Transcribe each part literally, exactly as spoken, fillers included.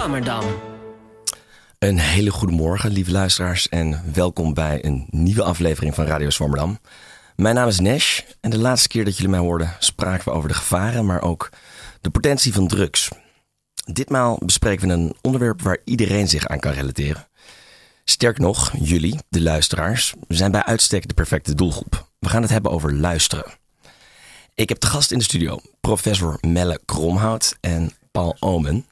Swammerdam. Een hele goede morgen, lieve luisteraars, en welkom bij een nieuwe aflevering van Radio Swammerdam. Mijn naam is Nash en de laatste keer dat jullie mij hoorden spraken we over de gevaren, maar ook de potentie van drugs. Ditmaal bespreken we een onderwerp waar iedereen zich aan kan relateren. Sterker nog, jullie, de luisteraars, zijn bij uitstek de perfecte doelgroep. We gaan het hebben over luisteren. Ik heb te gast in de studio professor Melle Kromhout en Paul Omen.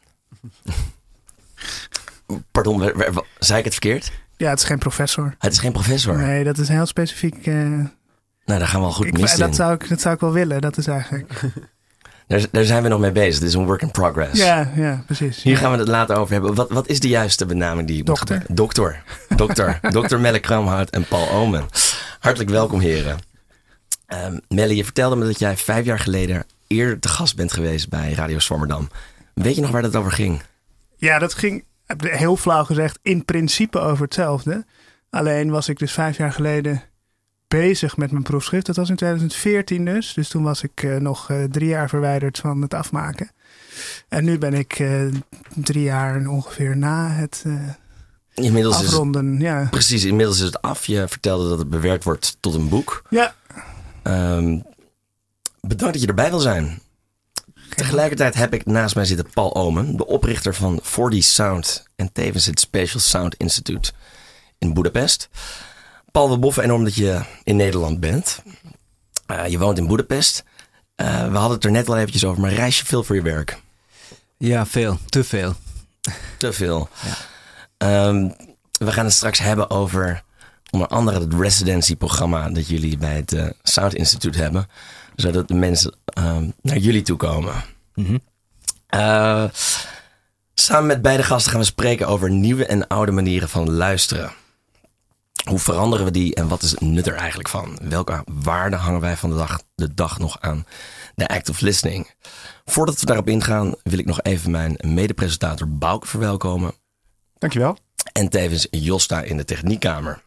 Pardon, zei ik het verkeerd? Ja, het is geen professor. Het is geen professor? Nee, dat is heel specifiek. Uh... Nou, daar gaan we al goed ik, mis in. Dat zou, ik, dat zou ik wel willen, dat is eigenlijk... daar, daar zijn we nog mee bezig. Het is een work in progress. Ja, ja, precies. Hier ja. gaan we het later over hebben. Wat, wat is de juiste benaming die je Dokter. moet gebruiken? Dokter. Dokter. Dokter Melle Kromhout en Paul Omen. Hartelijk welkom, heren. Um, Melle, je vertelde me dat jij vijf jaar geleden eerder te gast bent geweest bij Radio Swammerdam. Weet je nog waar dat over ging? Ja, dat ging, heel flauw gezegd, in principe over hetzelfde. Alleen was ik dus vijf jaar geleden bezig met mijn proefschrift. Dat was in twintig veertien dus. Dus toen was ik uh, nog uh, drie jaar verwijderd van het afmaken. En nu ben ik uh, drie jaar ongeveer na het uh, inmiddels afronden. Is het, ja. Precies, inmiddels is het af. Je vertelde dat het bewerkt wordt tot een boek. Ja. Um, bedankt dat je erbij wil zijn. Tegelijkertijd heb ik naast mij zitten Paul Omen, de oprichter van four D Sound en tevens het Spatial Sound Institute in Boedapest. Paul, we boffen enorm dat je in Nederland bent. Uh, je woont in Boedapest. Uh, we hadden het er net al eventjes over, maar reis je veel voor je werk? Ja, veel. Te veel. Te veel. Ja. Um, we gaan het straks hebben over onder andere het residency-programma dat jullie bij het uh, Sound Institute hebben, zodat de mensen um, naar jullie toe komen. Mm-hmm. Uh, samen met beide gasten gaan we spreken over nieuwe en oude manieren van luisteren. Hoe veranderen we die en wat is het nut er eigenlijk van? Welke waarden hangen wij van de dag, de dag nog aan de act of listening? Voordat we daarop ingaan wil ik nog even mijn mede-presentator Bouke verwelkomen. Dankjewel. En tevens Josta in de techniekkamer.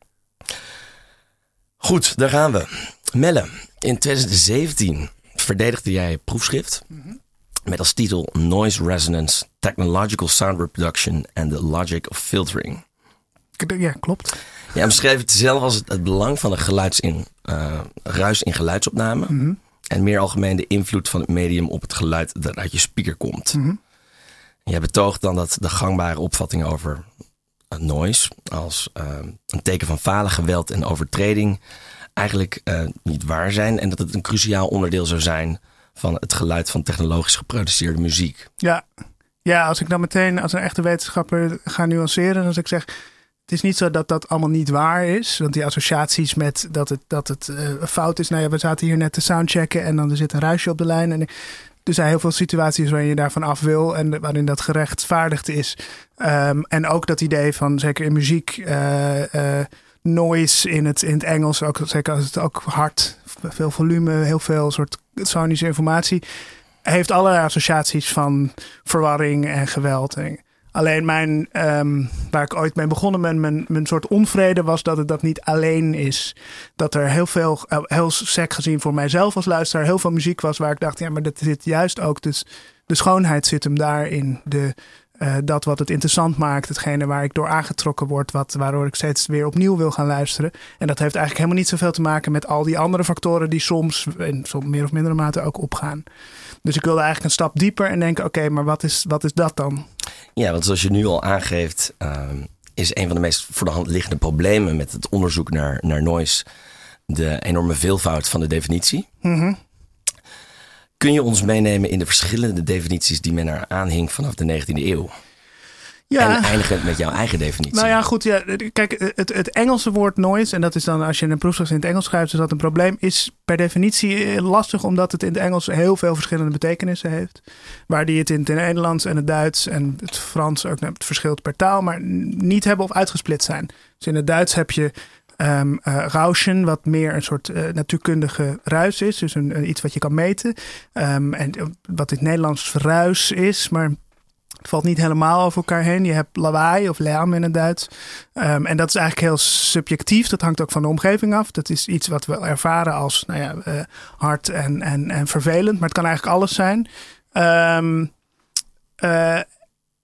Goed, daar gaan we. Melle, in twintig zeventien verdedigde jij je proefschrift mm-hmm. met als titel Noise Resonance, Technological Sound Reproduction and the Logic of Filtering. Ja, klopt. Jij omschreef het zelf als het, het belang van de geluids in, uh, ruis in geluidsopname mm-hmm. en meer algemeen de invloed van het medium op het geluid dat uit je speaker komt. Mm-hmm. Jij betoogt dan dat de gangbare opvattingen over noise als uh, een teken van falen, geweld en overtreding eigenlijk uh, niet waar zijn en dat het een cruciaal onderdeel zou zijn van het geluid van technologisch geproduceerde muziek. Ja, ja, als ik dan meteen als een echte wetenschapper ga nuanceren, dan zou ik zeggen, het is niet zo dat dat allemaal niet waar is. Want die associaties met dat het, dat het uh, fout is. Nou ja, we zaten hier net te soundchecken en dan er zit een ruisje op de lijn. En er zijn heel veel situaties waarin je daarvan af wil en waarin dat gerechtvaardigd is. Um, en ook dat idee van, zeker in muziek, uh, uh, noise in het, in het Engels, ook, zeker als het ook hard, veel volume, heel veel soort sonische informatie, heeft allerlei associaties van verwarring en geweld. En alleen mijn, um, waar ik ooit mee begonnen ben, mijn, mijn soort onvrede was dat het dat niet alleen is. Dat er heel veel, heel sec gezien voor mijzelf als luisteraar, heel veel muziek was waar ik dacht, ja, maar dat zit juist ook, dus de schoonheid zit hem daarin. De, uh, dat wat het interessant maakt, hetgene waar ik door aangetrokken word, wat, waardoor ik steeds weer opnieuw wil gaan luisteren. En dat heeft eigenlijk helemaal niet zoveel te maken met al die andere factoren die soms, in soms meer of mindere mate ook opgaan. Dus ik wilde eigenlijk een stap dieper en denken, oké, okay, maar wat is, wat is dat dan? Ja, want zoals je nu al aangeeft, uh, is een van de meest voor de hand liggende problemen met het onderzoek naar, naar noise de enorme veelvoud van de definitie. Mm-hmm. Kun je ons meenemen in de verschillende definities die men er aanhing vanaf de negentiende eeuw? Ja. En eindigend met jouw eigen definitie. Nou ja, goed. Ja, kijk, het, het Engelse woord noise, en dat is dan als je een proefschrift in het Engels schrijft, is dat een probleem, is per definitie lastig, omdat het in het Engels heel veel verschillende betekenissen heeft. Waar die het in het Nederlands en het Duits en het Frans ook, het verschilt per taal, maar niet hebben of uitgesplit zijn. Dus in het Duits heb je Um, uh, Rauschen, wat meer een soort uh, natuurkundige ruis is. Dus een, een, iets wat je kan meten. Um, en wat in het Nederlands ruis is, maar het valt niet helemaal over elkaar heen. Je hebt lawaai of lärm in het Duits. Um, en dat is eigenlijk heel subjectief. Dat hangt ook van de omgeving af. Dat is iets wat we ervaren als nou ja, uh, hard en, en, en vervelend. Maar het kan eigenlijk alles zijn. Um, uh,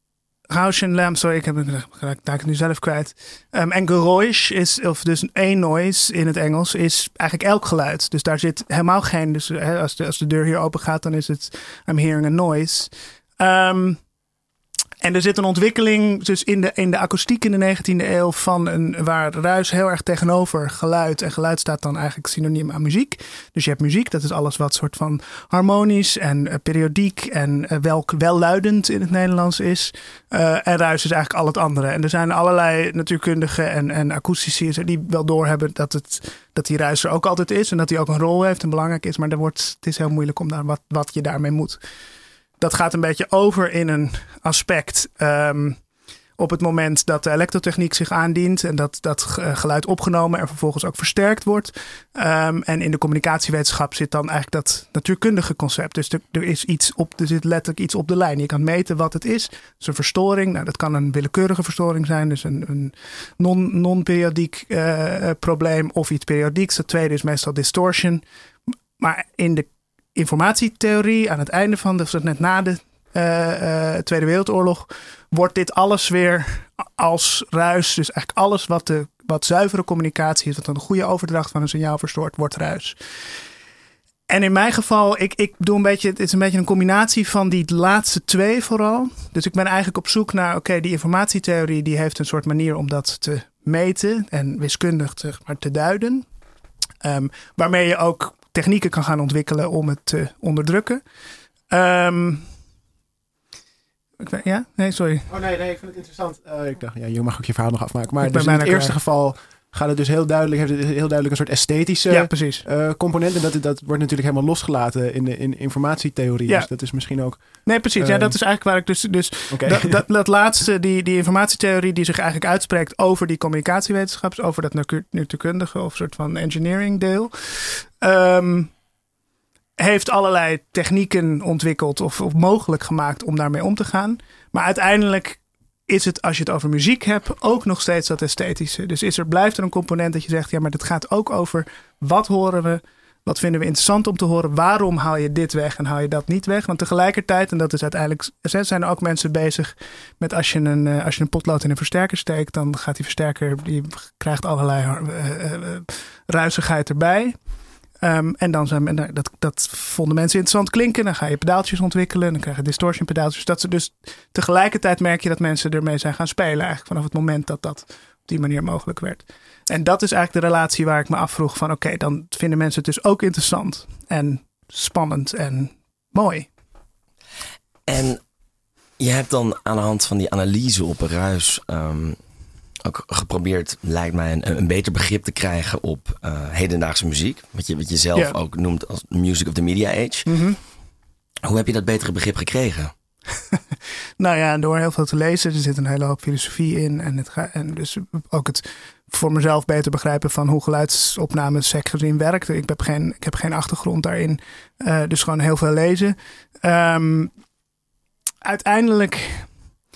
Rauschen, sorry, ik heb het gelijk, daar het nu zelf kwijt. Um, en Geräusch is, of dus één noise in het Engels, is eigenlijk elk geluid. Dus daar zit helemaal geen, dus hè, als, de, als de deur hier open gaat, dan is het I'm hearing a noise. Um, En er zit een ontwikkeling dus in de, in de akoestiek in de negentiende eeuw van een, waar ruis heel erg tegenover geluid. En geluid staat dan eigenlijk synoniem aan muziek. Dus je hebt muziek, dat is alles wat soort van harmonisch en uh, periodiek en uh, wel, welluidend in het Nederlands is. Uh, en ruis is eigenlijk al het andere. En er zijn allerlei natuurkundigen en, en akoestici die wel doorhebben dat, het, dat die ruis er ook altijd is. En dat die ook een rol heeft en belangrijk is. Maar er wordt, het is heel moeilijk om daar wat, wat je daarmee moet. Dat gaat een beetje over in een aspect um, op het moment dat de elektrotechniek zich aandient en dat dat geluid opgenomen en vervolgens ook versterkt wordt. Um, en in de communicatiewetenschap zit dan eigenlijk dat natuurkundige concept. Dus er, er is iets op, er zit letterlijk iets op de lijn. Je kan meten wat het is. Dus een verstoring. Nou, dat kan een willekeurige verstoring zijn. Dus een, een non, non-periodiek uh, probleem of iets periodieks. Het tweede is meestal distortion. Maar in de informatietheorie aan het einde van de, net na de uh, uh, Tweede Wereldoorlog, wordt dit alles weer als ruis. Dus eigenlijk alles wat, de, wat zuivere communicatie is, wat een goede overdracht van een signaal verstoort, wordt ruis. En in mijn geval, ik, ik doe een beetje, het is een beetje een combinatie van die laatste twee vooral. Dus ik ben eigenlijk op zoek naar, oké, okay, die informatietheorie die heeft een soort manier om dat te meten en wiskundig zeg maar, te duiden. Um, waarmee je ook technieken kan gaan ontwikkelen om het te onderdrukken. Um, ja? Nee, sorry. Oh nee, nee, ik vind het interessant. Uh, ik dacht, ja, je mag ook je verhaal nog afmaken. Maar ik dus in het eerste klaar. geval gaat het dus heel duidelijk, heeft het heel duidelijk een soort esthetische ja, precies. Uh, component. En dat, dat wordt natuurlijk helemaal losgelaten in de in informatietheorie. Ja. Dus dat is misschien ook... Nee, precies. Uh, ja, dat is eigenlijk waar ik dus... dus okay. dat, dat, dat laatste, die, die informatietheorie die zich eigenlijk uitspreekt over die communicatiewetenschap, over dat natuurkundige of soort van engineering deel, um, heeft allerlei technieken ontwikkeld of, of mogelijk gemaakt om daarmee om te gaan. Maar uiteindelijk is het, als je het over muziek hebt, ook nog steeds dat esthetische. Dus is er, blijft er een component dat je zegt, ja, maar dit gaat ook over wat horen we, wat vinden we interessant om te horen, waarom haal je dit weg en haal je dat niet weg? Want tegelijkertijd, en dat is uiteindelijk, zijn er ook mensen bezig met als je een, als je een potlood in een versterker steekt, dan gaat die versterker, die krijgt allerlei uh, uh, ruisigheid erbij. Um, en dan zijn dat, dat vonden mensen interessant klinken. Dan ga je pedaaltjes ontwikkelen. Dan krijg je distortion pedaaltjes. Dat ze dus tegelijkertijd merk je dat mensen ermee zijn gaan spelen. Eigenlijk vanaf het moment dat dat op die manier mogelijk werd. En dat is eigenlijk de relatie waar ik me afvroeg van oké, okay, dan vinden mensen het dus ook interessant. En spannend en mooi. En je hebt dan aan de hand van die analyse op ruis Um, ook geprobeerd, lijkt mij, een, een beter begrip te krijgen op uh, hedendaagse muziek. Wat je, wat je zelf yeah. ook noemt als music of the media age. Mm-hmm. Hoe heb je dat betere begrip gekregen? Nou ja, door heel veel te lezen. Er zit een hele hoop filosofie in. En, het ga, en dus ook het voor mezelf beter begrijpen van hoe geluidsopname sec gezien werkt. Ik heb geen, ik heb geen achtergrond daarin. Uh, dus gewoon heel veel lezen. Um, uiteindelijk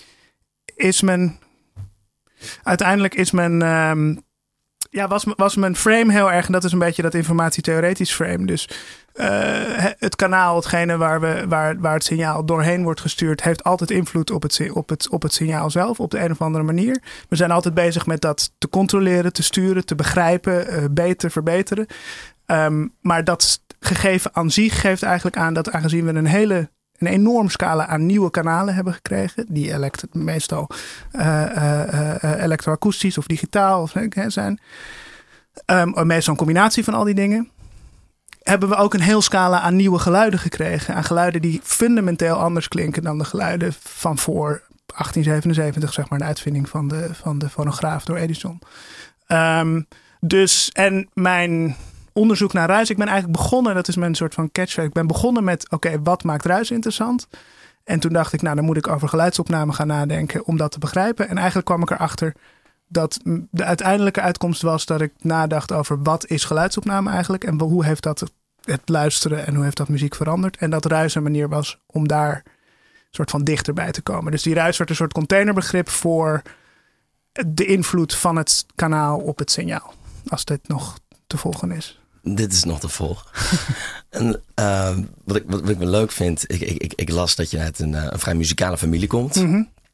is men... Uiteindelijk is men, um, ja, was, was mijn frame heel erg, en dat is een beetje dat informatietheoretisch frame. Dus uh, het kanaal, hetgene waar, we, waar, waar het signaal doorheen wordt gestuurd, heeft altijd invloed op het, op, het, op het signaal zelf, op de een of andere manier. We zijn altijd bezig met dat te controleren, te sturen, te begrijpen, uh, beter, verbeteren. Um, maar dat gegeven aan zich geeft eigenlijk aan dat aangezien we een hele... een enorm scala aan nieuwe kanalen hebben gekregen. Die elekt- meestal uh, uh, uh, elektroakoestisch of digitaal of, uh, zijn. Um, meestal een combinatie van al die dingen. Hebben we ook een heel scala aan nieuwe geluiden gekregen. Aan geluiden die fundamenteel anders klinken dan de geluiden van voor achttien zevenenzeventig. Zeg maar de uitvinding van de, van de fonograaf door Edison. Um, dus en mijn... onderzoek naar ruis. Ik ben eigenlijk begonnen, dat is mijn soort van catchphrase. Ik ben begonnen met, oké, okay, wat maakt ruis interessant? En toen dacht ik, nou, dan moet ik over geluidsopname gaan nadenken om dat te begrijpen. En eigenlijk kwam ik erachter dat de uiteindelijke uitkomst was dat ik nadacht over wat is geluidsopname eigenlijk? En hoe heeft dat het luisteren en hoe heeft dat muziek veranderd? En dat ruis een manier was om daar een soort van dichterbij te komen. Dus die ruis werd een soort containerbegrip voor de invloed van het kanaal op het signaal. Als dit nog te volgen is. Dit is nog te volgen. en uh, wat, ik, wat, wat ik wel leuk vind, ik, ik, ik, ik las dat je uit een, uh, een vrij muzikale familie komt. Mm-hmm.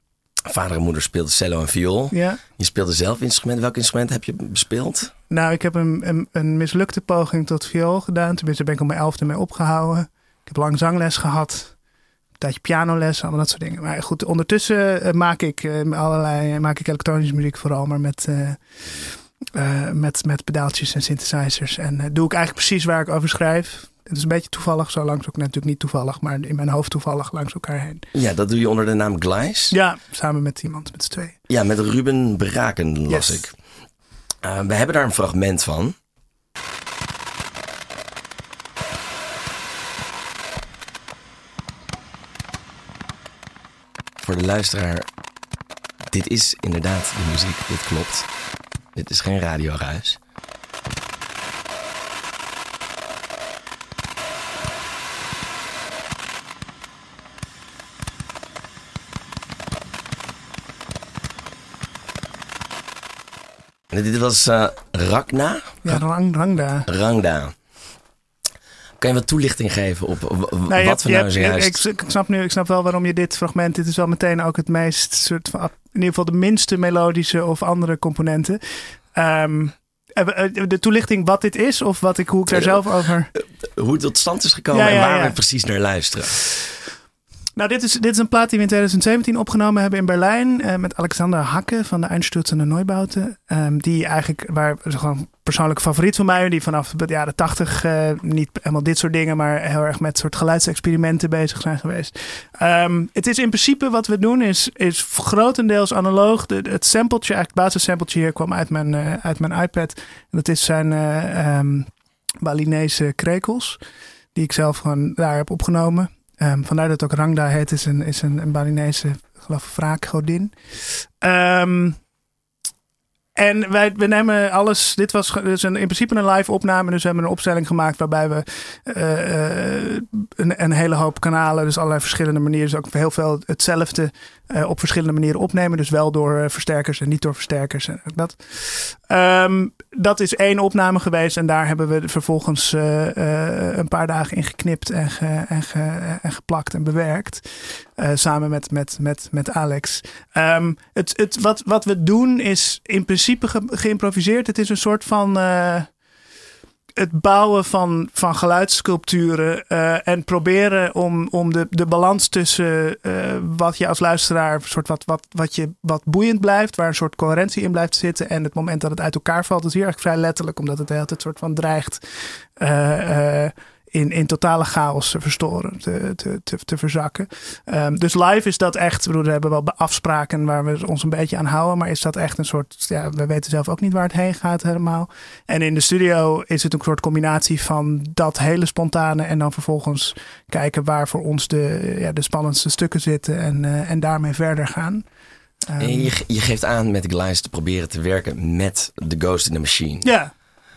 Vader en moeder speelden cello en viool. Ja. Je speelde zelf instrument. Welk instrument heb je bespeeld? Nou, ik heb een, een, een mislukte poging tot viool gedaan. Tenminste, daar ben ik op mijn elfde mee opgehouden. Ik heb lang zangles gehad. Een tijdje pianoles, allemaal dat soort dingen. Maar goed, ondertussen uh, maak ik uh, allerlei maak ik elektronische muziek vooral, maar met, uh, uh, met, met pedaaltjes en synthesizers. En uh, doe ik eigenlijk precies waar ik over schrijf. Het is een beetje toevallig, zo langs ook natuurlijk niet toevallig, maar in mijn hoofd toevallig langs elkaar heen. Ja, dat doe je onder de naam Gleis? Ja, samen met iemand, met z'n tweeën. Ja, met Ruben Braken las Yes. ik. Uh, we hebben daar een fragment van. Voor de luisteraar, dit is inderdaad de muziek, dit klopt. Dit is geen radioruis. Dit was uh, Ragna? Ja, Rang, Rangda. Rangda. Kan je wat toelichting geven op w- w- Nou, wat je hebt, we je nou hebt, zojuist... ik, ik snap nu, ik snap wel waarom je dit fragment... Dit is wel meteen ook het meest soort van... In ieder geval de minste melodische of andere componenten. Um, de toelichting wat dit is of wat ik, hoe ik daar zelf over... Hoe het tot stand is gekomen Ja, ja, en waar ja. we precies naar luisteren. Nou, dit is, dit is een plaat die we in twintig zeventien opgenomen hebben in Berlijn. Uh, met Alexander Hacke van de Einstürzende Neubauten. Um, die eigenlijk, waar gewoon een persoonlijke favoriet van mij. Die vanaf de jaren tachtig uh, niet helemaal dit soort dingen. Maar heel erg met soort geluidsexperimenten bezig zijn geweest. Um, het is in principe wat we doen is, is grotendeels analoog. De, het sampletje, eigenlijk het basissampletje hier kwam uit mijn, uh, uit mijn iPad. En dat is zijn uh, um, Balinese krekels. Die ik zelf gewoon daar heb opgenomen. Um, vandaar dat het ook Rangda heet, is een, is een, een Balinese, geloof ik, wraakgodin. Um, en wij we nemen alles, dit was dus een, in principe een live opname, dus we hebben een opstelling gemaakt waarbij we uh, een, een hele hoop kanalen, dus allerlei verschillende manieren, dus ook heel veel hetzelfde uh, op verschillende manieren opnemen, dus wel door uh, versterkers en niet door versterkers. En dat. Um, dat is één opname geweest en daar hebben we vervolgens uh, uh, een paar dagen in geknipt en, ge, en, ge, en geplakt en bewerkt. Uh, samen met, met, met, met Alex. Um, het, het, wat, wat we doen is in principe ge, geïmproviseerd. Het is een soort van... Uh, het bouwen van, van geluidssculpturen uh, en proberen om, om de, de balans tussen uh, wat je als luisteraar, soort wat, wat, wat, je, wat boeiend blijft, waar een soort coherentie in blijft zitten en het moment dat het uit elkaar valt, is hier eigenlijk vrij letterlijk, omdat het de hele tijd soort van dreigt uh, uh, in, in totale chaos te verstoren, te, te, te, te verzakken. Um, dus live is dat echt, we hebben wel afspraken waar we ons een beetje aan houden, maar is dat echt een soort, ja, we weten zelf ook niet waar het heen gaat helemaal. En in de studio is het een soort combinatie van dat hele spontane en dan vervolgens kijken waar voor ons de, ja, de spannendste stukken zitten en, uh, en daarmee verder gaan. Um, En je, je geeft aan met Gleis te proberen te werken met The Ghost in the Machine. Ja.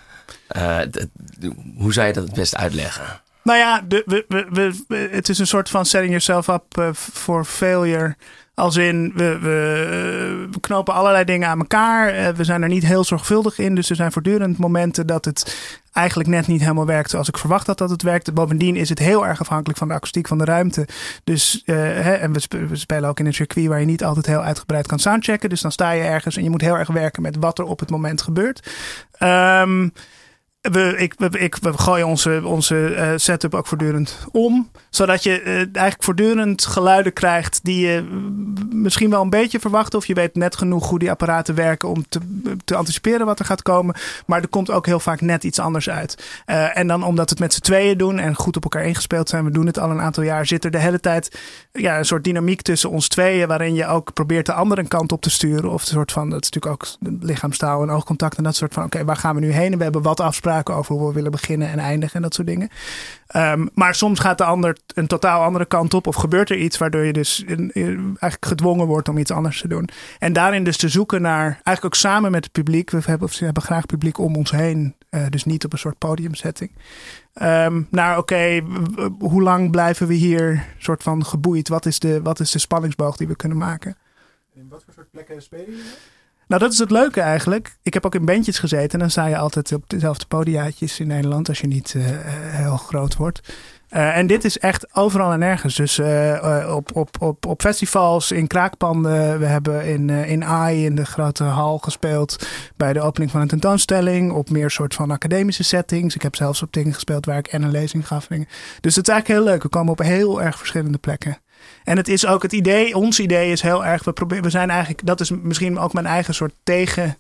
Uh, d- d- hoe zou je dat het best uitleggen? Nou ja, de, we, we, we, het is een soort van setting yourself up uh, for failure. Als in, we, we, we knopen allerlei dingen aan elkaar. Uh, we zijn er niet heel zorgvuldig in. Dus er zijn voortdurend momenten dat het eigenlijk net niet helemaal werkt zoals ik verwacht had dat het werkte. Bovendien is het heel erg afhankelijk van de akoestiek van de ruimte. Dus, uh, hè, en we, sp- we spelen ook in een circuit waar je niet altijd heel uitgebreid kan soundchecken. Dus dan sta je ergens en je moet heel erg werken met wat er op het moment gebeurt. Um, We, ik, we, ik, we gooien onze, onze uh, setup ook voortdurend om. Zodat je uh, eigenlijk voortdurend geluiden krijgt die je misschien wel een beetje verwacht. Of je weet net genoeg hoe die apparaten werken om te, te anticiperen wat er gaat komen. Maar er komt ook heel vaak net iets anders uit. Uh, en dan omdat we het met z'n tweeën doen en goed op elkaar ingespeeld zijn. We doen het al een aantal jaar. Zit er de hele tijd ja, een soort dynamiek tussen ons tweeën. Waarin je ook probeert de andere kant op te sturen. Of een soort van, dat is natuurlijk ook lichaamstaal en oogcontact. En dat soort van, oké, okay, waar gaan we nu heen? En we hebben wat afspraken over hoe we willen beginnen en eindigen en dat soort dingen. Um, maar soms gaat de ander een totaal andere kant op of gebeurt er iets waardoor je dus in, in, eigenlijk gedwongen wordt om iets anders te doen. En daarin dus te zoeken naar, eigenlijk ook samen met het publiek, we hebben, we hebben graag publiek om ons heen, uh, dus niet op een soort podiumsetting. Um, naar oké, okay, hoe lang blijven we hier soort van geboeid? Wat is de, wat is de spanningsboog die we kunnen maken? In wat voor soort plekken spelen jullie? Nou, dat is het leuke eigenlijk. Ik heb ook in bandjes gezeten. En dan sta je altijd op dezelfde podiaatjes in Nederland. Als je niet uh, heel groot wordt. Uh, en dit is echt overal en nergens. Dus uh, uh, op, op, op, op festivals, in kraakpanden. We hebben in, uh, in A I in de grote hal gespeeld. Bij de opening van een tentoonstelling. Op meer soort van academische settings. Ik heb zelfs op dingen gespeeld waar ik en een lezing gaf. Dus het is eigenlijk heel leuk. We komen op heel erg verschillende plekken. En het is ook het idee, ons idee is heel erg, we proberen, we zijn eigenlijk, dat is misschien ook mijn eigen soort tegen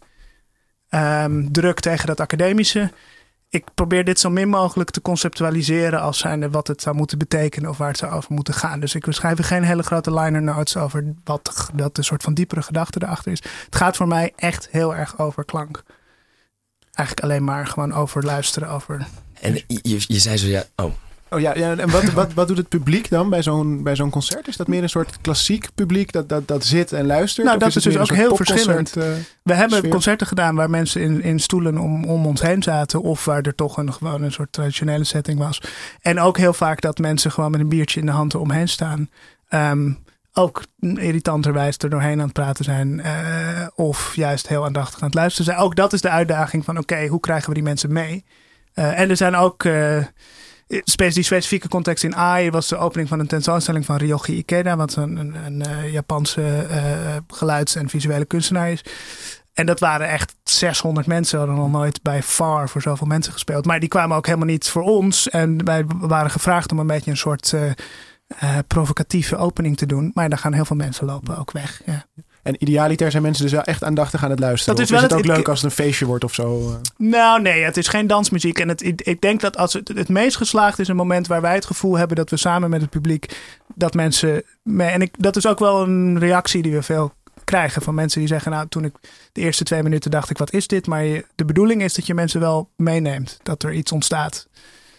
um, druk tegen dat academische. Ik probeer dit zo min mogelijk te conceptualiseren als zijnde wat het zou moeten betekenen of waar het zou over moeten gaan. Dus ik schrijf geen hele grote liner notes over wat dat de soort van diepere gedachte erachter is. Het gaat voor mij echt heel erg over klank. Eigenlijk alleen maar gewoon over luisteren, over... En je, je zei zo, ja, oh... Oh ja, ja en wat, wat, wat doet het publiek dan bij zo'n, bij zo'n concert? Is dat meer een soort klassiek publiek dat, dat, dat zit en luistert? Nou, dat is, is dus ook heel verschillend. Uh, We hebben sfeer? concerten gedaan waar mensen in, in stoelen om, om ons heen zaten. Of waar er toch een, gewoon een soort traditionele setting was. En ook heel vaak dat mensen gewoon met een biertje in de hand eromheen staan. Um, ook irritanterwijs er doorheen aan het praten zijn. Uh, of juist heel aandachtig aan het luisteren zijn. Ook dat is de uitdaging van oké, okay, hoe krijgen we die mensen mee? Uh, en er zijn ook... Uh, Die specifieke context in A I was de opening van een tentoonstelling van Ryoji Ikeda, wat een, een, een uh, Japanse uh, geluids- en visuele kunstenaar is. En dat waren echt zeshonderd mensen. We hadden nog nooit bij far voor zoveel mensen gespeeld. Maar die kwamen ook helemaal niet voor ons. En wij waren gevraagd om een beetje een soort uh, uh, provocatieve opening te doen. Maar daar gaan heel veel mensen lopen ook weg. Ja. En idealiter zijn mensen dus wel echt aandachtig aan het luisteren. Dat is, of wel is het ook het, leuk als het een feestje wordt of zo? Nou nee, het is geen dansmuziek. En het, ik denk dat als het, het meest geslaagd is een moment waar wij het gevoel hebben dat we samen met het publiek dat mensen... Mee, en ik, dat is ook wel een reactie die we veel krijgen van mensen die zeggen... nou, toen ik de eerste twee minuten dacht ik, wat is dit? Maar je, de bedoeling is dat je mensen wel meeneemt. Dat er iets ontstaat.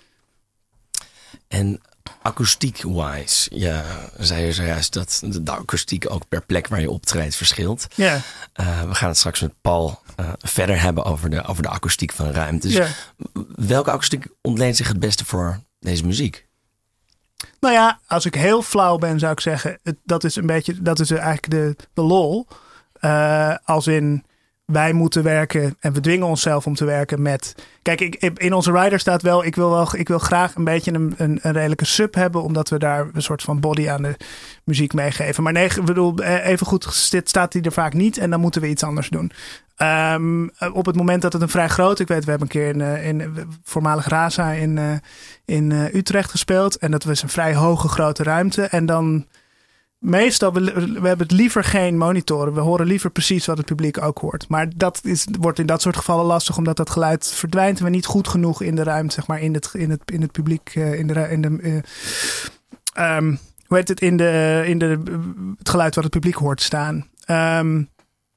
En... akoestiek-wise, ja, zei je zojuist dat de akoestiek ook per plek waar je optreedt verschilt. Ja. Uh, we gaan het straks met Paul uh, verder hebben over de, over de akoestiek van ruimtes. Ja. Welke akoestiek ontleent zich het beste voor deze muziek? Nou ja, als ik heel flauw ben zou ik zeggen, het, dat is een beetje, dat is eigenlijk de, de lol. Uh, als in... Wij moeten werken en we dwingen onszelf om te werken met... Kijk, ik, in onze rider staat wel... Ik wil, wel, ik wil graag een beetje een, een, een redelijke sub hebben... omdat we daar een soort van body aan de muziek meegeven. Maar nee, ik bedoel, even goed staat die er vaak niet... en dan moeten we iets anders doen. Um, op het moment dat het een vrij groot... Ik weet, we hebben een keer in, in voormalig Raza in, in Utrecht gespeeld... en dat was een vrij hoge grote ruimte... en dan... Meestal, we, we hebben het liever geen monitoren. We horen liever precies wat het publiek ook hoort. Maar dat is, wordt in dat soort gevallen lastig, omdat dat geluid verdwijnt en we niet goed genoeg in de ruimte, zeg maar, in het, in het, in het publiek, in de, in de uh, um, hoe heet het, in de, in de, het geluid wat het publiek hoort staan. Um,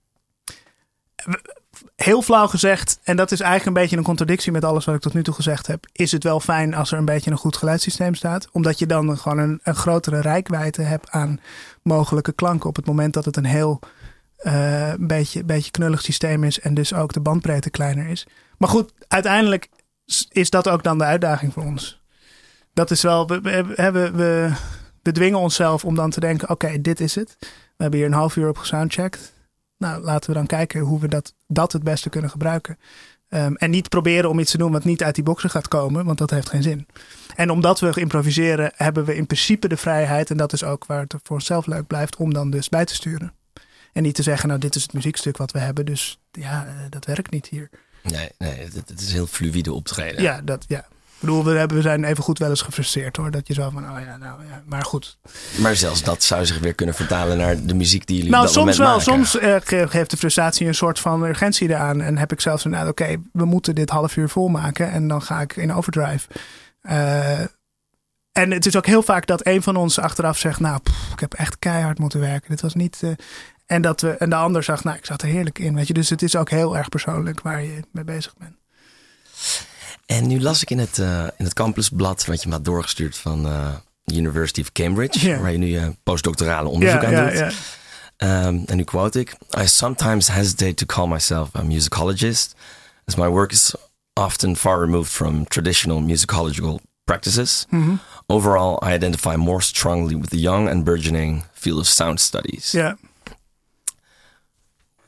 Heel flauw gezegd, en dat is eigenlijk een beetje een contradictie met alles wat ik tot nu toe gezegd heb, is het wel fijn als er een beetje een goed geluidssysteem staat. Omdat je dan gewoon een, een grotere reikwijdte hebt aan mogelijke klanken op het moment dat het een heel uh, beetje, beetje knullig systeem is en dus ook de bandbreedte kleiner is. Maar goed, uiteindelijk is dat ook dan de uitdaging voor ons. Dat is wel, we, we, we, we, we dwingen onszelf om dan te denken, oké, okay, dit is het. We hebben hier een half uur op gesoundcheckt. Nou, laten we dan kijken hoe we dat, dat het beste kunnen gebruiken. Um, en niet proberen om iets te doen wat niet uit die boxen gaat komen, want dat heeft geen zin. En omdat we improviseren, hebben we in principe de vrijheid, en dat is ook waar het voor onszelf leuk blijft, om dan dus bij te sturen. En niet te zeggen, nou, dit is het muziekstuk wat we hebben, dus ja, dat werkt niet hier. Nee, nee, het, het is heel fluïde optreden. Ja, dat, ja. Ik bedoel, we, hebben, we zijn even goed wel eens gefrustreerd hoor. Dat je zo van, oh ja, nou ja, maar goed. Maar zelfs dat zou zich weer kunnen vertalen naar de muziek die jullie nou, op dat soms moment wel. maken. Soms uh, geeft de frustratie een soort van urgentie eraan. En heb ik zelfs een, nou, oké, okay, we moeten dit half uur volmaken. En dan ga ik in overdrive. Uh, en het is ook heel vaak dat een van ons achteraf zegt, nou, pff, ik heb echt keihard moeten werken. Dit was niet... Uh, en, dat we, en de ander zegt, nou, ik zat er heerlijk in. Weet je? Dus het is ook heel erg persoonlijk waar je mee bezig bent. En nu las ik in het, uh, in het campusblad wat je me had doorgestuurd van uh, de University of Cambridge, yeah. waar je nu uh, postdoctorale onderzoek yeah, aan yeah, doet. Yeah. Um, en nu quote ik: I sometimes hesitate to call myself a musicologist, as my work is often far removed from traditional musicological practices. Mm-hmm. Overall, I identify more strongly with the young and burgeoning field of sound studies. Yeah.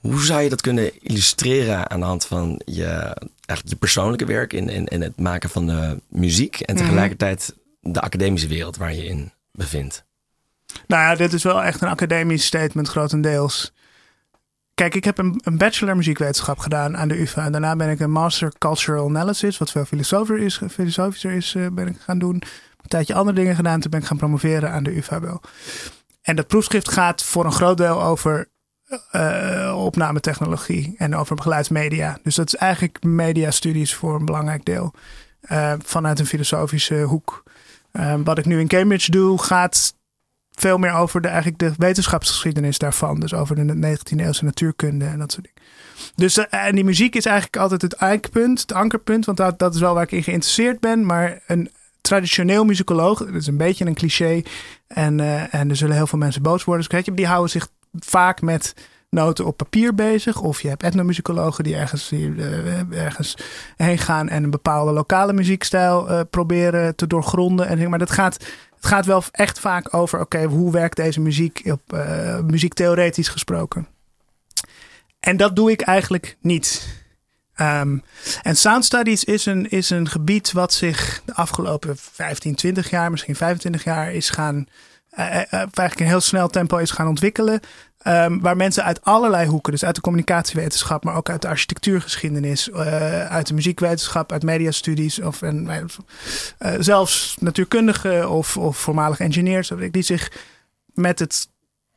Hoe zou je dat kunnen illustreren aan de hand van je, eigenlijk je persoonlijke werk in, in, in het maken van de muziek en tegelijkertijd de academische wereld waar je in bevindt? Nou ja, dit is wel echt een academisch statement grotendeels. Kijk, ik heb een, een bachelor muziekwetenschap gedaan aan de U vA. En daarna ben ik een master cultural analysis, wat veel filosofischer is, filosofischer is uh, ben ik gaan doen. Een tijdje andere dingen gedaan. Toen ben ik gaan promoveren aan de U vA wel. En dat proefschrift gaat voor een groot deel over uh, opnametechnologie en over geluidsmedia. Dus dat is eigenlijk mediastudies voor een belangrijk deel. Uh, vanuit een filosofische hoek. Uh, wat ik nu in Cambridge doe, gaat veel meer over de, eigenlijk de wetenschapsgeschiedenis daarvan. Dus over de negentiende eeuwse natuurkunde en dat soort dingen. Dus uh, en die muziek is eigenlijk altijd het eikpunt, het ankerpunt. Want dat, dat is wel waar ik in geïnteresseerd ben. Maar een traditioneel muzikoloog, dat is een beetje een cliché. En, uh, en er zullen heel veel mensen boos worden. Dus, die houden zich vaak met noten op papier bezig. Of je hebt etnomusicologen die ergens, uh, ergens heen gaan en een bepaalde lokale muziekstijl uh, proberen te doorgronden. En, maar dat gaat, het gaat wel echt vaak over, oké, okay, hoe werkt deze muziek op uh, muziektheoretisch gesproken? En dat doe ik eigenlijk niet. Um, en sound studies is een, is een gebied wat zich de afgelopen vijftien, twintig jaar, misschien vijfentwintig jaar is gaan, uh, uh, eigenlijk in heel snel tempo is gaan ontwikkelen. Um, waar mensen uit allerlei hoeken, dus uit de communicatiewetenschap, maar ook uit de architectuurgeschiedenis, uh, uit de muziekwetenschap, uit mediastudies of en, uh, zelfs natuurkundigen of, of voormalig engineers, die zich met het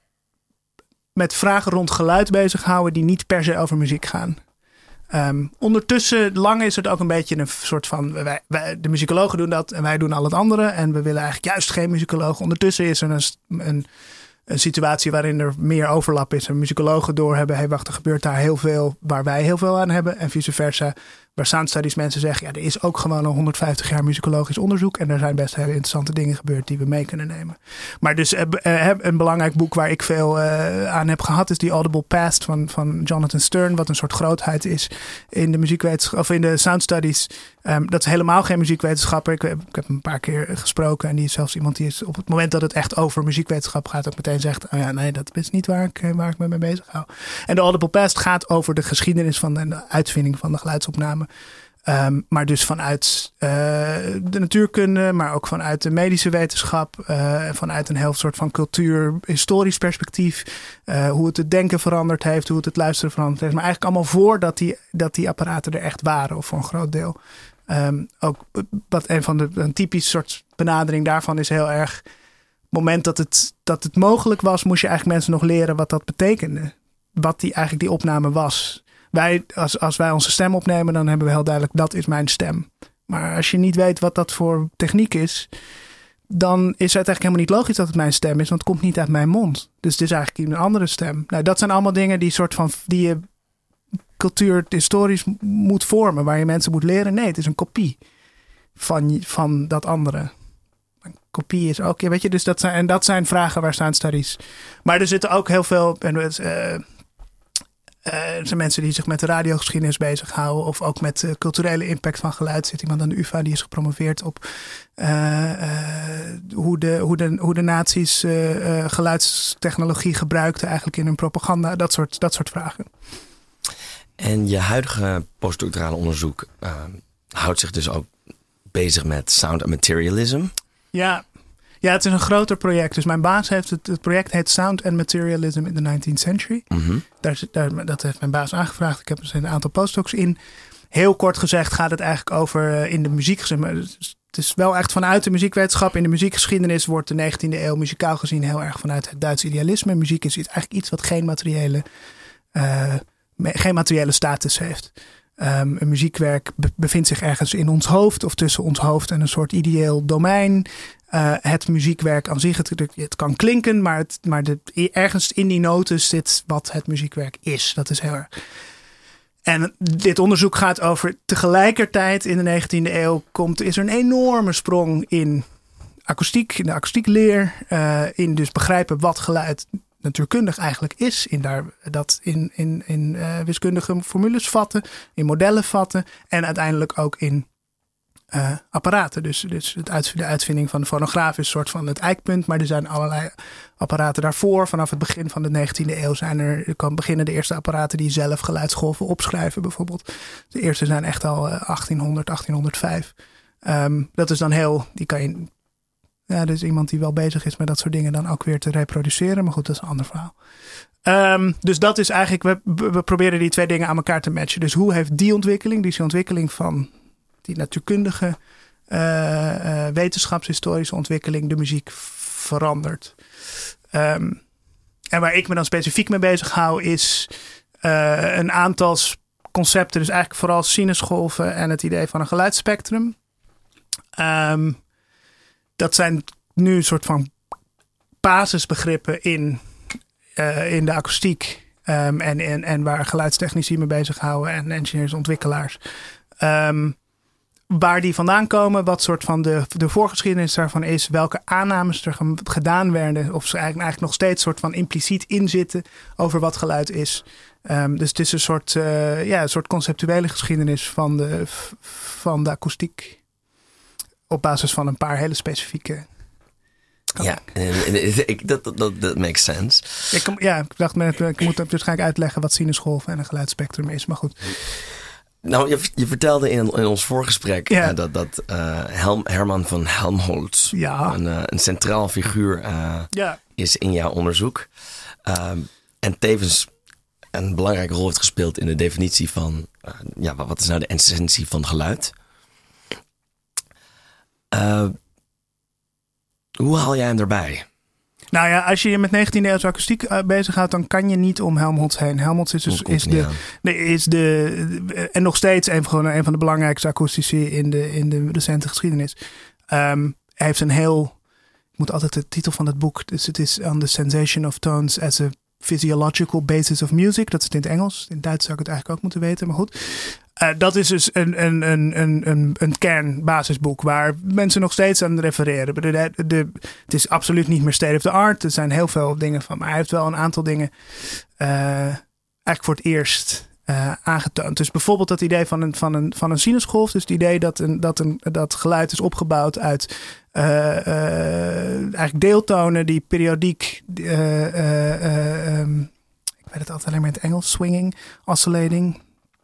met vragen rond geluid bezighouden die niet per se over muziek gaan. Um, ondertussen, lang is het ook een beetje een soort van, wij, wij, de muzikologen doen dat en wij doen al het andere. En we willen eigenlijk juist geen muzikoloog. Ondertussen is er een, een, een situatie waarin er meer overlap is. En muzikologen doorhebben, hé hey, wacht, er gebeurt daar heel veel waar wij heel veel aan hebben. En vice versa. Waar sound studies mensen zeggen, ja, er is ook gewoon een honderdvijftig jaar muzikologisch onderzoek. En er zijn best hele interessante dingen gebeurd die we mee kunnen nemen. Maar dus uh, uh, een belangrijk boek waar ik veel uh, aan heb gehad is The Audible Past van, van Jonathan Stern. Wat een soort grootheid is in de muziekwetenschap of in de sound studies. Um, dat is helemaal geen muziekwetenschapper. Ik, ik heb hem een paar keer gesproken. En die is zelfs iemand die is op het moment dat het echt over muziekwetenschap gaat ook meteen zegt, oh ja, nee, dat is niet waar ik, waar ik me mee bezig hou. En The Audible Past gaat over de geschiedenis van de, de uitvinding van de geluidsopname. Um, maar dus vanuit uh, de natuurkunde, maar ook vanuit de medische wetenschap. Uh, vanuit een heel soort van cultuur-historisch perspectief. Uh, hoe het het denken veranderd heeft, hoe het het luisteren veranderd heeft. Maar eigenlijk allemaal voordat die, dat die apparaten er echt waren, of voor een groot deel. Um, ook wat een van de een typisch soort benadering daarvan is heel erg. Op het moment dat het, dat het mogelijk was, moest je eigenlijk mensen nog leren wat dat betekende. Wat die eigenlijk die opname was. Wij, als, als wij onze stem opnemen, dan hebben we heel duidelijk, dat is mijn stem. Maar als je niet weet wat dat voor techniek is, dan is het eigenlijk helemaal niet logisch dat het mijn stem is, want het komt niet uit mijn mond. Dus het is eigenlijk een andere stem. Nou, dat zijn allemaal dingen die soort van die je cultuur historisch moet vormen, waar je mensen moet leren. Nee, het is een kopie van, van dat andere. Een kopie is ook, weet je, dus dat zijn, en dat zijn vragen waar sound studies. Maar er zitten ook heel veel. Uh, Uh, er zijn mensen die zich met de radiogeschiedenis bezighouden. Of ook met de culturele impact van geluid. Er zit iemand aan de U vA die is gepromoveerd op uh, uh, hoe, de, hoe, de, hoe de nazi's uh, uh, geluidstechnologie gebruikten eigenlijk in hun propaganda. Dat soort, dat soort vragen. En je huidige postdoctorale onderzoek uh, houdt zich dus ook bezig met sound and materialism. Ja. Ja, het is een groter project. Dus mijn baas heeft het, het project heet Sound and Materialism in the nineteenth century. Mm-hmm. Daar, daar, dat heeft mijn baas aangevraagd. Ik heb er een aantal postdocs in. Heel kort gezegd gaat het eigenlijk over uh, in de muziek. Het is wel echt vanuit de muziekwetenschap. In de muziekgeschiedenis wordt de negentiende eeuw muzikaal gezien heel erg vanuit het Duits idealisme. Muziek is eigenlijk iets wat geen materiële, uh, geen materiële status heeft. Um, een muziekwerk be- bevindt zich ergens in ons hoofd of tussen ons hoofd en een soort ideeel domein. Uh, het muziekwerk aan zich, het, het kan klinken, maar, het, maar de, ergens in die noten zit wat het muziekwerk is. Dat is heel erg. En dit onderzoek gaat over tegelijkertijd in de negentiende eeuw komt, is er een enorme sprong in akoestiek, in de akoestiekleer. Uh, in dus begrijpen wat geluid natuurkundig eigenlijk is. In daar, dat in, in, in uh, wiskundige formules vatten, in modellen vatten en uiteindelijk ook in uh, apparaten. Dus, dus het uit, de uitvinding van de fonograaf is een soort van het eikpunt. Maar er zijn allerlei apparaten daarvoor. Vanaf het begin van de negentiende eeuw zijn er, er kan beginnen de eerste apparaten die zelf geluidsgolven opschrijven bijvoorbeeld. De eerste zijn echt al uh, achttienhonderd, achttienhonderdvijf. Um, dat is dan heel, die kan je, ja, dus iemand die wel bezig is met dat soort dingen dan ook weer te reproduceren. Maar goed, dat is een ander verhaal. Um, dus dat is eigenlijk, we, we proberen die twee dingen aan elkaar te matchen. Dus hoe heeft die ontwikkeling, die ontwikkeling van die natuurkundige, uh, uh, wetenschapshistorische ontwikkeling, de muziek veranderd? Um, en waar ik me dan specifiek mee bezig hou is uh, een aantal concepten. Dus eigenlijk vooral sinusgolven en het idee van een geluidsspectrum. Um, dat zijn nu een soort van basisbegrippen in, uh, in de akoestiek. Um, en, en, en waar geluidstechnici mee bezighouden en engineers, ontwikkelaars. Um, waar die vandaan komen, wat soort van de, de voorgeschiedenis daarvan is, welke aannames er gedaan werden, of ze eigenlijk, eigenlijk nog steeds soort van impliciet inzitten over wat geluid is. Um, dus het is een soort, uh, ja, een soort conceptuele geschiedenis van de, van de akoestiek. Op basis van een paar hele specifieke. Ja, ik, dat, dat, dat makes sense. Ik, ja, ik dacht, ik moet waarschijnlijk uitleggen wat sinusgolven en een geluidsspectrum is, maar goed. Nou, je, je vertelde in, in ons voorgesprek ja. uh, dat, dat uh, Helm, Herman van Helmholtz ja. een, uh, een centraal figuur uh, ja. is in jouw onderzoek. Uh, en tevens een belangrijke rol heeft gespeeld in de definitie van, uh, ja, wat is nou de essentie van geluid? Uh, hoe haal jij hem erbij? Nou ja, als je je met negentiende eeuwse akoestiek uh, bezighoudt, dan kan je niet om Helmholtz heen. Helmholtz is dus is de, nee, is de en nog steeds een van, een van de belangrijkste akoestici in de, in de recente geschiedenis. Um, hij heeft een heel, ik moet altijd de titel van het boek, dus het is On the Sensation of Tones as a Physiological Basis of Music. Dat is het in het Engels. In het Duits zou ik het eigenlijk ook moeten weten, maar goed. Uh, dat is dus een, een, een, een, een, een kernbasisboek waar mensen nog steeds aan refereren. De, de, de, het is absoluut niet meer state of the art. Er zijn heel veel dingen van. Maar hij heeft wel een aantal dingen uh, eigenlijk voor het eerst uh, aangetoond. Dus bijvoorbeeld dat idee van een, van een, van een sinusgolf. Dus het idee dat, een, dat, een, dat geluid is opgebouwd uit uh, uh, eigenlijk deeltonen die periodiek uh, uh, uh, um, ik weet het altijd alleen maar in het Engels. Swinging, oscillating.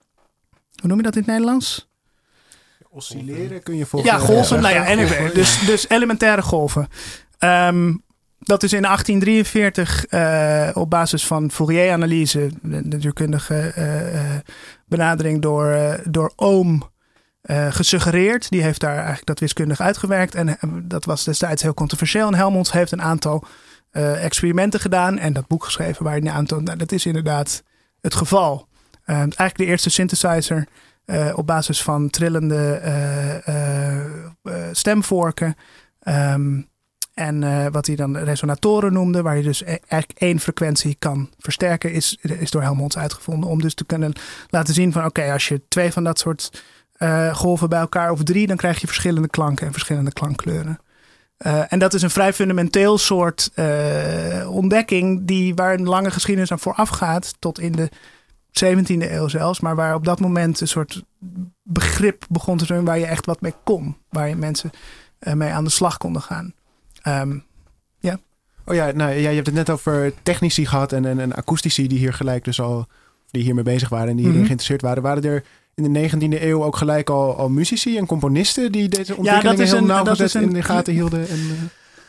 Hoe noem je dat in het Nederlands? Oscilleren kun je voor. Ja, golven. Nou ja, anyway. Dus, dus elementaire golven. Um, dat is in achttien drieënveertig uh, op basis van Fourier-analyse, de natuurkundige uh, uh, benadering door, uh, door Ohm uh, gesuggereerd. Die heeft daar eigenlijk dat wiskundig uitgewerkt. En uh, dat was destijds heel controversieel. En Helmholtz heeft een aantal uh, experimenten gedaan en dat boek geschreven waar hij aantoont. Nou, dat is inderdaad het geval. Uh, eigenlijk de eerste synthesizer uh, op basis van trillende uh, uh, uh, stemvorken. Um, en uh, wat hij dan resonatoren noemde, waar je dus e- eigenlijk één frequentie kan versterken, is, is door Helmholtz uitgevonden. Om dus te kunnen laten zien van oké, okay, als je twee van dat soort uh, golven bij elkaar of drie, dan krijg je verschillende klanken en verschillende klankkleuren. Uh, en dat is een vrij fundamenteel soort uh, ontdekking die waar een lange geschiedenis aan vooraf gaat tot in de zeventiende eeuw zelfs, maar waar op dat moment een soort begrip begon te zijn waar je echt wat mee kon. Waar je mensen uh, mee aan de slag konden gaan. Um, yeah. Oh ja, nou ja, je hebt het net over technici gehad en, en, en akoestici die hier gelijk dus al, die hiermee bezig waren en die hierin mm-hmm. geïnteresseerd waren. Waren er in de negentiende eeuw ook gelijk al, al muzici en componisten die deze ontwikkelingen ja, heel een, nauwgezet in de gaten hielden? En, uh...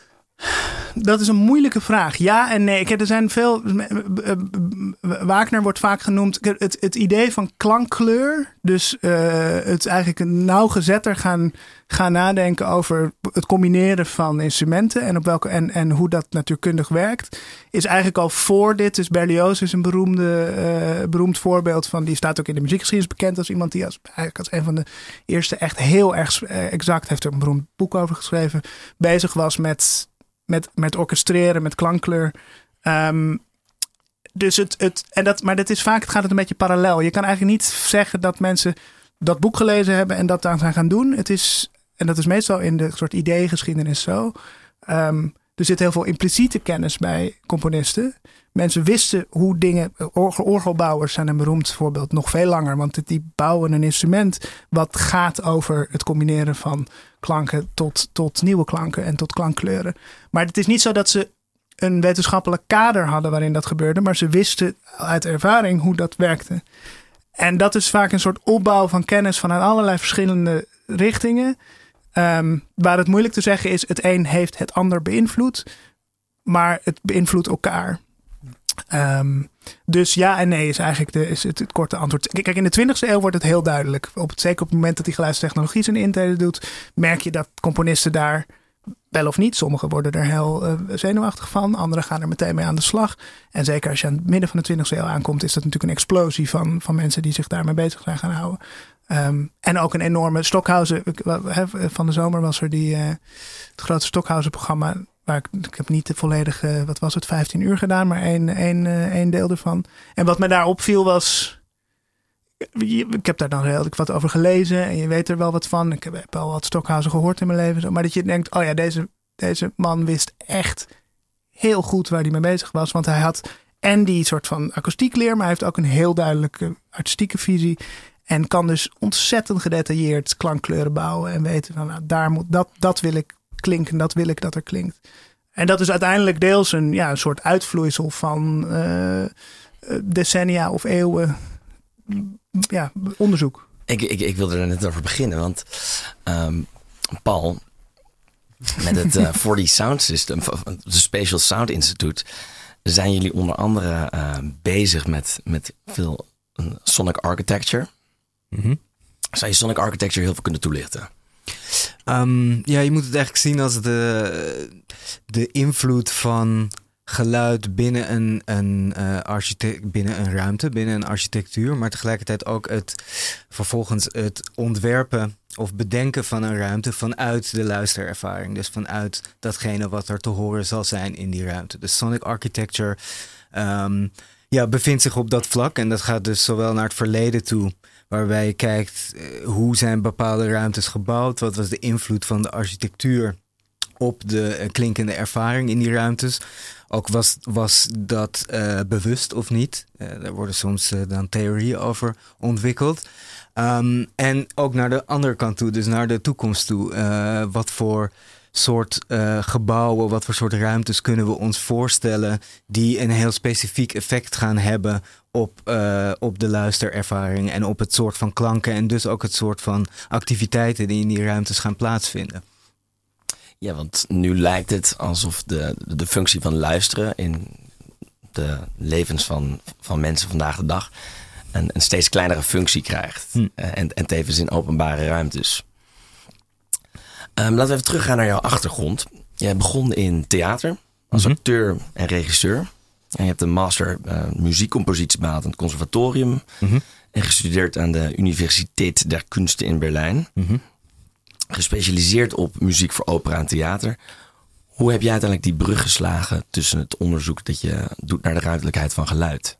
Dat is een moeilijke vraag. Ja en nee. Kijk, er zijn veel. Wagner wordt vaak genoemd. Het, het idee van klankkleur. Dus uh, het eigenlijk een nauwgezetter gaan, gaan nadenken over het combineren van instrumenten. En, op welke, en, en hoe dat natuurkundig werkt. Is eigenlijk al voor dit. Dus Berlioz is een beroemde, uh, beroemd voorbeeld van. Die staat ook in de muziekgeschiedenis bekend als iemand die als, eigenlijk als een van de eerste echt heel erg exact. Heeft er een beroemd boek over geschreven. Bezig was met. Met, met orchestreren, met klankkleur. Um, dus het, het, en dat, maar dat is vaak, het gaat het een beetje parallel. Je kan eigenlijk niet zeggen dat mensen dat boek gelezen hebben en dat daar zijn gaan doen. Het is, en dat is meestal in de soort ideeëngeschiedenis zo. Um, er zit heel veel impliciete kennis bij componisten. Mensen wisten hoe dingen... Orgel, orgelbouwers zijn een beroemd voorbeeld. Nog veel langer. Want die bouwen een instrument wat gaat over het combineren van klanken tot, tot nieuwe klanken en tot klankkleuren. Maar het is niet zo dat ze een wetenschappelijk kader hadden waarin dat gebeurde. Maar ze wisten uit ervaring hoe dat werkte. En dat is vaak een soort opbouw van kennis vanuit allerlei verschillende richtingen. Um, waar het moeilijk te zeggen is, het een heeft het ander beïnvloed. Maar het beïnvloedt elkaar. Um, dus ja en nee is eigenlijk de, is het, het korte antwoord. Kijk, in de twintigste eeuw wordt het heel duidelijk. Op het, zeker op het moment dat die geluidstechnologie zijn intrede doet, merk je dat componisten daar wel of niet. Sommigen worden er heel uh, zenuwachtig van. Anderen gaan er meteen mee aan de slag. En zeker als je aan het midden van de twintigste eeuw aankomt, is dat natuurlijk een explosie van, van mensen die zich daarmee bezig zijn gaan houden. Um, en ook een enorme Stockhausen. Van de zomer was er die, uh, het grote Stockhausen programma. Waar ik, ik heb niet de volledige, wat was het, vijftien uur gedaan, maar één, één, uh, één deel ervan. En wat me daar opviel was, ik heb daar dan heel wat over gelezen en je weet er wel wat van. Ik heb wel wat Stockhausen gehoord in mijn leven. Maar dat je denkt, oh ja, deze, deze man wist echt heel goed waar hij mee bezig was. Want hij had en die soort van akoestiekleer, maar hij heeft ook een heel duidelijke artistieke visie. En kan dus ontzettend gedetailleerd klankkleuren bouwen. En weten van, nou, daar moet, dat, dat wil ik klinken, dat wil ik dat er klinkt. En dat is uiteindelijk deels een, ja, een soort uitvloeisel van uh, decennia of eeuwen ja, onderzoek. Ik, ik, ik wilde er net over beginnen, want um, Paul, met het uh, four D Sound System, het Spatial Sound Institute, zijn jullie onder andere uh, bezig met, met veel uh, sonic architecture. Mm-hmm. Zou je sonic architecture heel veel kunnen toelichten? Um, ja, je moet het eigenlijk zien als de, de invloed van geluid binnen een, een, uh, architect, binnen een ruimte, binnen een architectuur. Maar tegelijkertijd ook het vervolgens het ontwerpen of bedenken van een ruimte vanuit de luisterervaring. Dus vanuit datgene wat er te horen zal zijn in die ruimte. De sonic architecture um, ja, bevindt zich op dat vlak. En dat gaat dus zowel naar het verleden toe, waarbij je kijkt uh, hoe zijn bepaalde ruimtes gebouwd. Wat was de invloed van de architectuur op de uh, klinkende ervaring in die ruimtes. Ook was, was dat uh, bewust of niet. Uh, daar worden soms uh, dan theorieën over ontwikkeld. Um, en ook naar de andere kant toe, dus naar de toekomst toe. Uh, wat voor soort uh, gebouwen, wat voor soort ruimtes kunnen we ons voorstellen die een heel specifiek effect gaan hebben op, uh, op de luisterervaring en op het soort van klanken en dus ook het soort van activiteiten die in die ruimtes gaan plaatsvinden. Ja, want nu lijkt het alsof de, de functie van luisteren in de levens van, van mensen vandaag de dag een, een steeds kleinere functie krijgt. Hm. En, en tevens in openbare ruimtes. Um, laten we even teruggaan naar jouw achtergrond. Jij begon in theater als mm-hmm. acteur en regisseur. En je hebt een master uh, muziekcompositie behaald aan het conservatorium. Mm-hmm. En gestudeerd aan de Universiteit der Kunsten in Berlijn. Mm-hmm. Gespecialiseerd op muziek voor opera en theater. Hoe heb jij uiteindelijk die brug geslagen tussen het onderzoek dat je doet naar de ruimtelijkheid van geluid?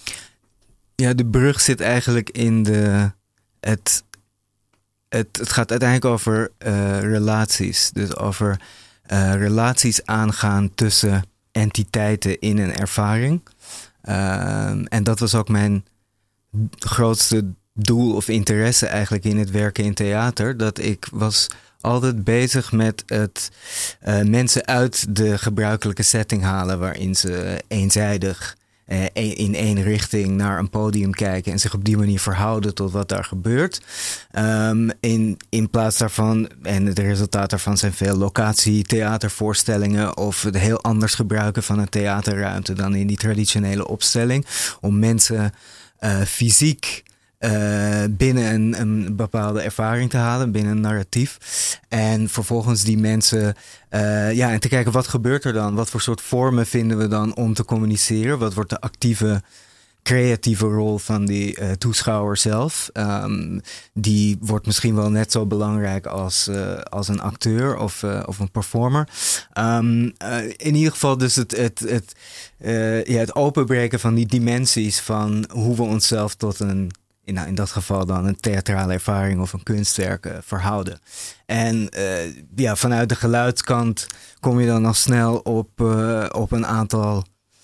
Ja, de brug zit eigenlijk in de... Het, het, het gaat uiteindelijk over uh, relaties. Dus over uh, relaties aangaan tussen entiteiten in een ervaring. Uh, en dat was ook mijn grootste doel of interesse eigenlijk in het werken in theater. Dat ik was altijd bezig met het uh, mensen uit de gebruikelijke setting halen, waarin ze eenzijdig uh, in één richting naar een podium kijken en zich op die manier verhouden tot wat daar gebeurt. Um, in, in plaats daarvan, en het resultaat daarvan zijn veel locatie-theatervoorstellingen of het heel anders gebruiken van een theaterruimte dan in die traditionele opstelling. Om mensen uh, fysiek Uh, binnen een, een bepaalde ervaring te halen, binnen een narratief. En vervolgens die mensen, uh, ja, en te kijken wat gebeurt er dan? Wat voor soort vormen vinden we dan om te communiceren? Wat wordt de actieve, creatieve rol van die uh, toeschouwer zelf? Um, die wordt misschien wel net zo belangrijk als, uh, als een acteur of, uh, of een performer. Um, uh, in ieder geval dus het, het, het, uh, ja, het openbreken van die dimensies van hoe we onszelf tot een In, nou, in dat geval dan een theatrale ervaring of een kunstwerk uh, verhouden. En uh, ja, vanuit de geluidskant kom je dan al snel op, uh, op een aantal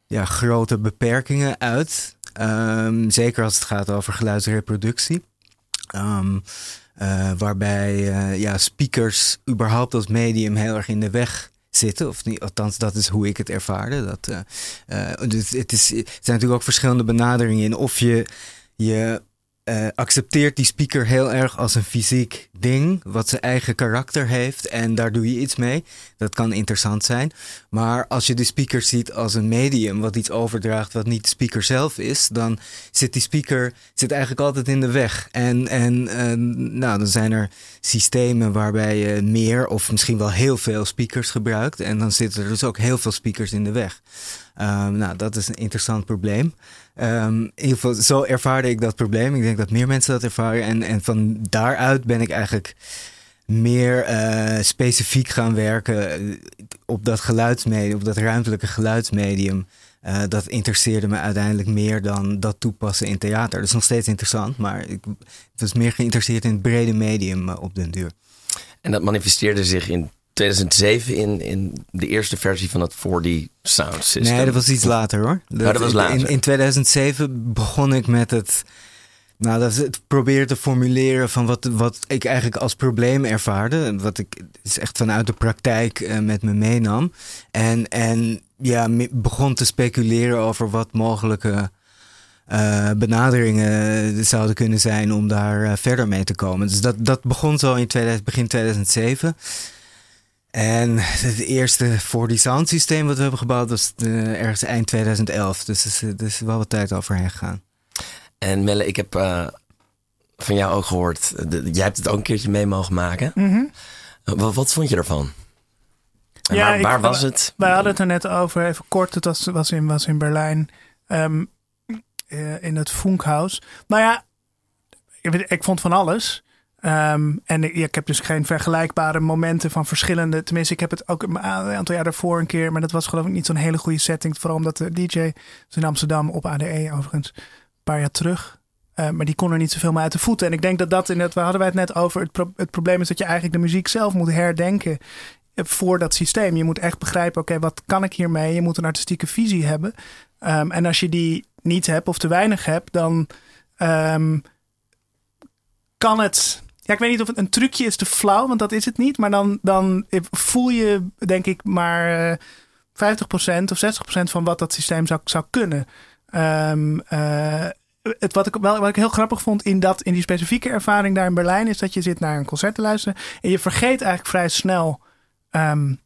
ja, grote beperkingen uit. Um, zeker als het gaat over geluidsreproductie. Um, uh, waarbij uh, ja, speakers überhaupt als medium heel erg in de weg zitten. Of niet, althans, dat is hoe ik het ervaarde. Dat, uh, uh, dus het, is, het zijn natuurlijk ook verschillende benaderingen in. Of je, je uh, accepteert die speaker heel erg als een fysiek ding, wat zijn eigen karakter heeft, en daar doe je iets mee. Dat kan interessant zijn. Maar als je de speaker ziet als een medium wat iets overdraagt wat niet de speaker zelf is, dan zit die speaker zit eigenlijk altijd in de weg. En, en uh, nou, dan zijn er systemen waarbij je meer of misschien wel heel veel speakers gebruikt. En dan zitten er dus ook heel veel speakers in de weg. Um, nou, dat is een interessant probleem. Um, in ieder geval, zo ervaarde ik dat probleem. Ik denk dat meer mensen dat ervaren. En, en van daaruit ben ik eigenlijk meer uh, specifiek gaan werken op dat geluidsmedium, op dat ruimtelijke geluidsmedium. Uh, dat interesseerde me uiteindelijk meer dan dat toepassen in theater. Dat is nog steeds interessant, maar ik was meer geïnteresseerd in het brede medium uh, op den duur. En dat manifesteerde zich in tweeduizend zeven in, in de eerste versie van het four D sound system. Nee, dat was iets later hoor. Dat, oh, dat was later. In, in tweeduizend zeven begon ik met het, nou, dat is het proberen te formuleren van wat, wat ik eigenlijk als probleem ervaarde. Wat ik is echt vanuit de praktijk uh, met me meenam. En, en ja, me, begon te speculeren over wat mogelijke uh, benaderingen zouden kunnen zijn om daar uh, verder mee te komen. Dus dat, dat begon zo in tweeduizend, begin tweeduizend zeven. En het eerste four D sound systeem wat we hebben gebouwd was uh, ergens eind tweeduizend elf. Dus er is, er is wel wat tijd overheen gegaan. En Melle, ik heb uh, van jou ook gehoord, de, jij hebt het ook een keertje mee mogen maken. Mm-hmm. Uh, wat, wat vond je ervan? En ja, waar waar ik, was het? Wij hadden het er net over, even kort, het was, was, in, was in Berlijn, um, uh, in het Funkhaus. Nou ja, ik, ik vond van alles. Um, en ik, ik heb dus geen vergelijkbare momenten van verschillende. Tenminste, ik heb het ook een aantal jaar daarvoor een keer. Maar dat was geloof ik niet zo'n hele goede setting. Vooral omdat de D J is in Amsterdam op A D E overigens. Een paar jaar terug. Uh, maar die kon er niet zoveel mee uit de voeten. En ik denk dat dat in het. We hadden wij het net over. Het, pro, het probleem is dat je eigenlijk de muziek zelf moet herdenken. Voor dat systeem. Je moet echt begrijpen. Oké, okay, wat kan ik hiermee? Je moet een artistieke visie hebben. Um, en als je die niet hebt of te weinig hebt. Dan um, kan het. Ja, ik weet niet of het een trucje is te flauw, want dat is het niet. Maar dan, dan voel je, denk ik, maar vijftig procent of zestig procent van wat dat systeem zou, zou kunnen. Um, uh, het, wat, ik wel, wat ik heel grappig vond in, dat, in die specifieke ervaring daar in Berlijn, is dat je zit naar een concert te luisteren en je vergeet eigenlijk vrij snel um,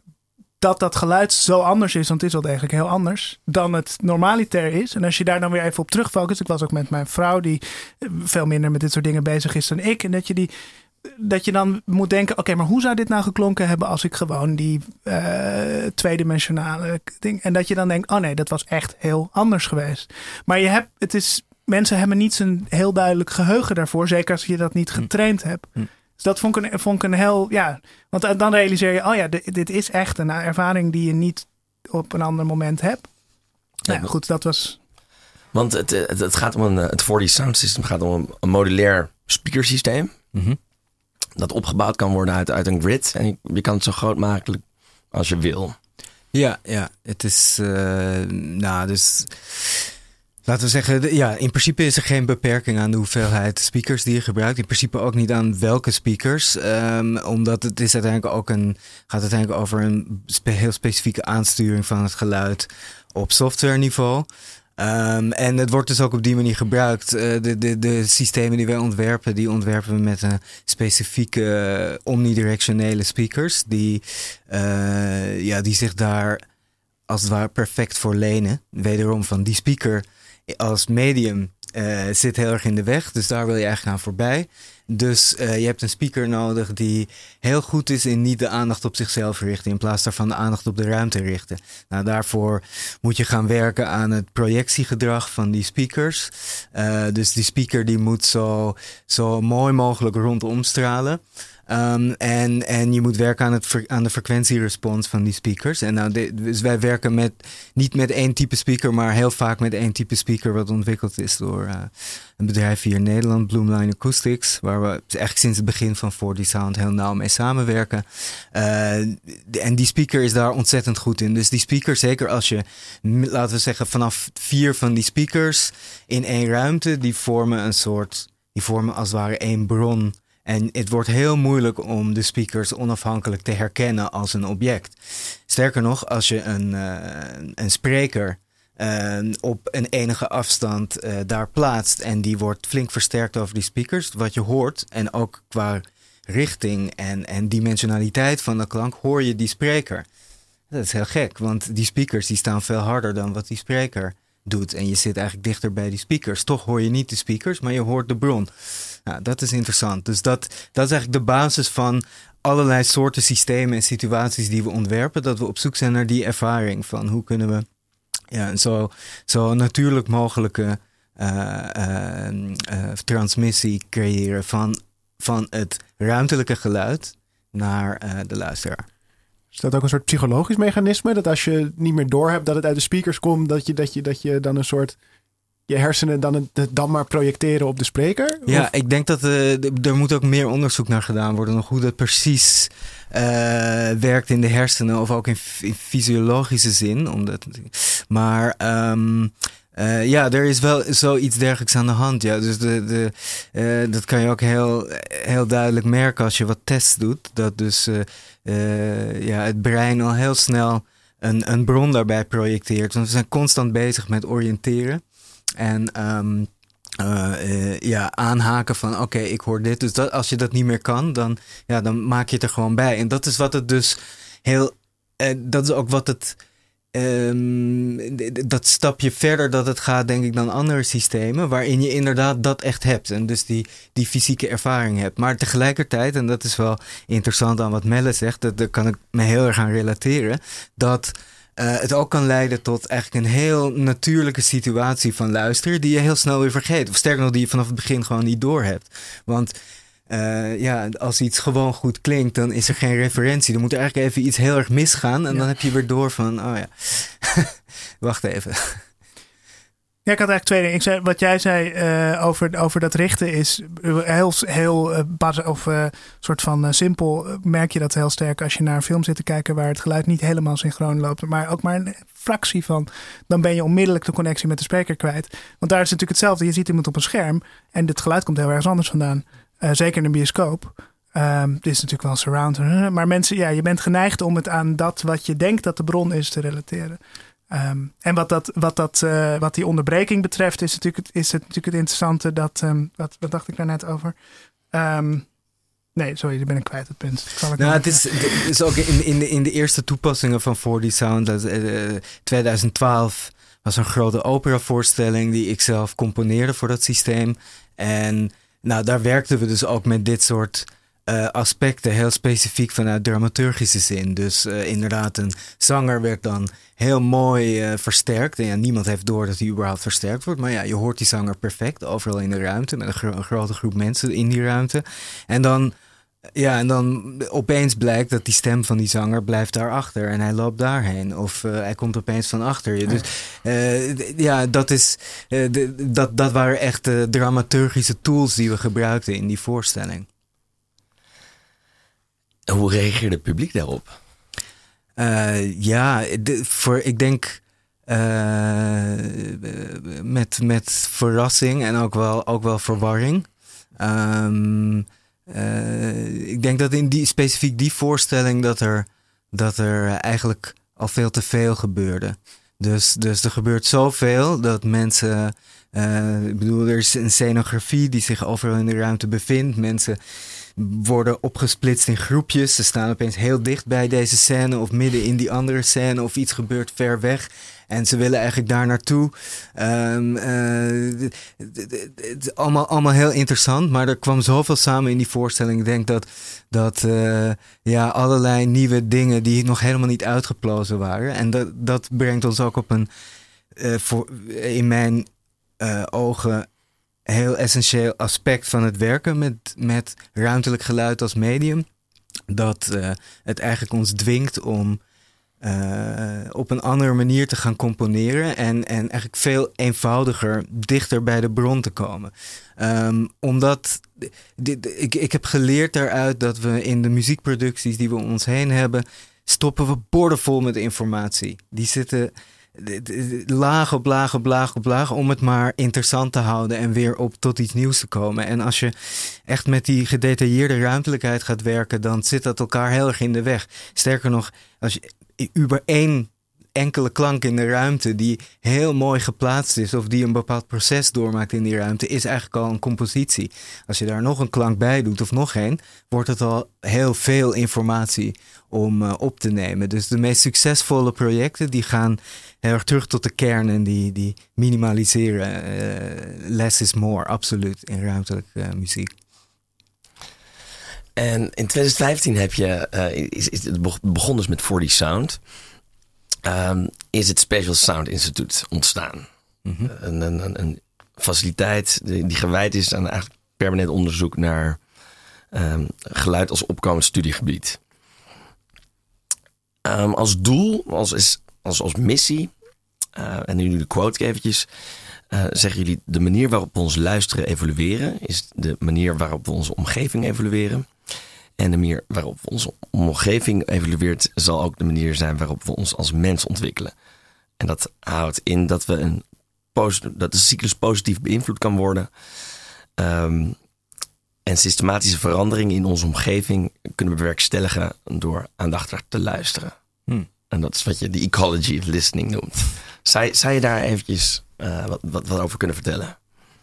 dat dat geluid zo anders is, want het is wel degelijk heel anders dan het normaliter is. En als je daar dan weer even op terugfocust. Ik was ook met mijn vrouw die veel minder met dit soort dingen bezig is dan ik. En dat je, die, dat je dan moet denken, oké, okay, maar hoe zou dit nou geklonken hebben als ik gewoon die uh, tweedimensionale ding. En dat je dan denkt, oh nee, dat was echt heel anders geweest. Maar je hebt, het is, mensen hebben niet zo'n heel duidelijk geheugen daarvoor. Zeker als je dat niet getraind hebt. Hm. Dus dat vond ik, een, vond ik een heel, ja, want dan realiseer je, oh ja, dit, dit is echt een ervaring die je niet op een ander moment hebt. Ja, nou ja, goed, dat was. Want het, het, het gaat om een, het four D sound system gaat om een, een modulair speakersysteem. Mm-hmm. Dat opgebouwd kan worden uit, uit een grid. En je, je kan het zo groot maken als je wil. Ja, ja, het is, uh, nou, dus. Laten we zeggen, ja, in principe is er geen beperking aan de hoeveelheid speakers die je gebruikt. In principe ook niet aan welke speakers. Um, omdat het is uiteindelijk ook een, gaat uiteindelijk over een spe- heel specifieke aansturing van het geluid op software niveau. Um, en het wordt dus ook op die manier gebruikt. Uh, de, de, de systemen die wij ontwerpen, die ontwerpen we met een specifieke uh, omnidirectionele speakers. Die, uh, ja, die zich daar als het ware perfect voor lenen. Wederom van die speaker als medium uh, zit heel erg in de weg. Dus daar wil je eigenlijk aan voorbij. Dus uh, je hebt een speaker nodig die heel goed is in niet de aandacht op zichzelf richten. In plaats daarvan de aandacht op de ruimte richten. Nou, daarvoor moet je gaan werken aan het projectiegedrag van die speakers. Uh, dus die speaker die moet zo, zo mooi mogelijk rondom stralen. Um, en, en je moet werken aan, het, aan de frequentierespons van die speakers. En nou, de, dus wij werken met, niet met één type speaker, maar heel vaak met één type speaker wat ontwikkeld is door uh, een bedrijf hier in Nederland, Bloomline Acoustics, waar we eigenlijk sinds het begin van four D Sound heel nauw mee samenwerken. Uh, en die speaker is daar ontzettend goed in. Dus die speaker, zeker als je, laten we zeggen, vanaf vier van die speakers in één ruimte, die vormen een soort, die vormen als het ware één bron. En het wordt heel moeilijk om de speakers onafhankelijk te herkennen als een object. Sterker nog, als je een, uh, een spreker uh, op een enige afstand uh, daar plaatst en die wordt flink versterkt over die speakers, wat je hoort, en ook qua richting en, en dimensionaliteit van de klank, hoor je die spreker. Dat is heel gek, want die speakers die staan veel harder dan wat die spreker doet. En je zit eigenlijk dichter bij die speakers. Toch hoor je niet de speakers, maar je hoort de bron. Nou, dat is interessant. Dus dat, dat is eigenlijk de basis van allerlei soorten systemen en situaties die we ontwerpen. Dat we op zoek zijn naar die ervaring van hoe kunnen we ja, een zo, zo natuurlijk mogelijke uh, uh, uh, transmissie creëren van, van het ruimtelijke geluid naar uh, de luisteraar. Is dat ook een soort psychologisch mechanisme? Dat als je niet meer doorhebt dat het uit de speakers komt, dat je, dat je, dat je dan een soort je hersenen dan, het, dan maar projecteren op de spreker? Ja, of? ik denk dat uh, er moet ook meer onderzoek naar gedaan worden. Nog hoe dat precies uh, werkt in de hersenen of ook in, in fysiologische zin. Omdat, maar um, uh, ja, er is wel zoiets dergelijks aan de hand. Ja. Dus de, de, uh, dat kan je ook heel, heel duidelijk merken als je wat tests doet. Dat dus uh, uh, ja, het brein al heel snel een, een bron daarbij projecteert. Want we zijn constant bezig met oriënteren. En um, uh, uh, ja, aanhaken van oké, okay, ik hoor dit. Dus dat, als je dat niet meer kan, dan, ja, dan maak je het er gewoon bij. En dat is wat het dus heel... Uh, dat is ook wat het... Um, dat stapje verder dat het gaat, denk ik, dan andere systemen, waarin je inderdaad dat echt hebt. En dus die, die fysieke ervaring hebt. Maar tegelijkertijd, en dat is wel interessant aan wat Melle zegt, dat, daar kan ik me heel erg aan relateren, dat Uh, het ook kan leiden tot eigenlijk een heel natuurlijke situatie van luisteren die je heel snel weer vergeet. Of sterker nog, die je vanaf het begin gewoon niet doorhebt. Want uh, ja, als iets gewoon goed klinkt, dan is er geen referentie. Dan moet er eigenlijk even iets heel erg misgaan en ja. Dan heb je weer door van, oh ja, wacht even. Ja, ik had eigenlijk twee dingen. Ik zei, wat jij zei uh, over, over dat richten is heel, heel uh, bas, of uh, soort van uh, simpel. Uh, merk je dat heel sterk als je naar een film zit te kijken waar het geluid niet helemaal synchroon loopt, maar ook maar een fractie van. Dan ben je onmiddellijk de connectie met de spreker kwijt. Want daar is het natuurlijk hetzelfde. Je ziet iemand op een scherm en het geluid komt heel erg anders vandaan. Uh, zeker in een bioscoop. Um, dit is natuurlijk wel een surround. Uh, maar mensen, ja, je bent geneigd om het aan dat wat je denkt dat de bron is te relateren. Um, en wat, dat, wat, dat, uh, wat die onderbreking betreft is, natuurlijk, is het natuurlijk het interessante dat... Um, wat, wat dacht ik daar net over? Um, nee, sorry, daar ben ik kwijt het punt. Ik nou, het is, het is ook in, in, de, in de eerste toepassingen van four D Sound. Dat, uh, twintig twaalf was een grote operavoorstelling die ik zelf componeerde voor dat systeem. En nou, daar werkten we dus ook met dit soort Uh, aspecten, heel specifiek vanuit dramaturgische zin. Dus uh, inderdaad, een zanger werd dan heel mooi uh, versterkt. En ja, niemand heeft door dat hij überhaupt versterkt wordt. Maar ja, je hoort die zanger perfect overal in de ruimte, met een, gro- een grote groep mensen in die ruimte. En dan, ja, en dan opeens blijkt dat die stem van die zanger blijft daarachter en hij loopt daarheen. Of uh, hij komt opeens van achter je. Dus uh, d- ja, dat, is, uh, d- dat, dat waren echt de dramaturgische tools die we gebruikten in die voorstelling. Hoe reageerde het publiek daarop? Uh, ja, de, voor, ik denk uh, met, met verrassing en ook wel, ook wel verwarring. Um, uh, ik denk dat in die, specifiek die voorstelling dat er, dat er eigenlijk al veel te veel gebeurde. Dus, dus er gebeurt zoveel dat mensen... Uh, ik bedoel, er is een scenografie die zich overal in de ruimte bevindt. Mensen worden opgesplitst in groepjes. Ze staan opeens heel dicht bij deze scène of midden in die andere scène of iets gebeurt ver weg. En ze willen eigenlijk daar naartoe. Um, uh, het allemaal, allemaal heel interessant, maar er kwam zoveel samen in die voorstelling. Ik denk dat, dat uh, ja, allerlei nieuwe dingen die nog helemaal niet uitgeplozen waren. En dat, dat brengt ons ook op een, uh, voor, in mijn uh, ogen, heel essentieel aspect van het werken met, met ruimtelijk geluid als medium. Dat uh, het eigenlijk ons dwingt om uh, op een andere manier te gaan componeren. En, en eigenlijk veel eenvoudiger dichter bij de bron te komen. Um, omdat dit, ik, ik heb geleerd daaruit dat we in de muziekproducties die we om ons heen hebben, stoppen we boordevol met informatie. Die zitten laag op laag op laag op laag om het maar interessant te houden en weer op tot iets nieuws te komen. En als je echt met die gedetailleerde ruimtelijkheid gaat werken, dan zit dat elkaar heel erg in de weg. Sterker nog, als je über één enkele klank in de ruimte die heel mooi geplaatst is of die een bepaald proces doormaakt in die ruimte, is eigenlijk al een compositie. Als je daar nog een klank bij doet of nog één, wordt het al heel veel informatie om uh, op te nemen. Dus de meest succesvolle projecten die gaan heel erg terug tot de kern en die, die minimaliseren. Uh, less is more, absoluut, in ruimtelijke uh, muziek. En in twintig vijftien heb je, uh, is, is het begon dus met four D Sound. Um, is het Spatial Sound Institute ontstaan. Mm-hmm. Een, een, een faciliteit die, die gewijd is aan eigenlijk permanent onderzoek naar um, geluid als opkomend studiegebied. Um, als doel, als, als, als missie, uh, en nu de quote eventjes, uh, zeggen jullie: de manier waarop we ons luisteren evalueren is de manier waarop we onze omgeving evalueren. En de manier waarop we onze omgeving evalueert zal ook de manier zijn waarop we ons als mens ontwikkelen. En dat houdt in dat we een posit- dat de cyclus positief beïnvloed kan worden. Um, en systematische veranderingen in onze omgeving kunnen we bewerkstelligen door aandachtig te luisteren. Hmm. En dat is wat je de ecology of listening noemt. Zou, zou je daar eventjes uh, wat, wat, wat over kunnen vertellen?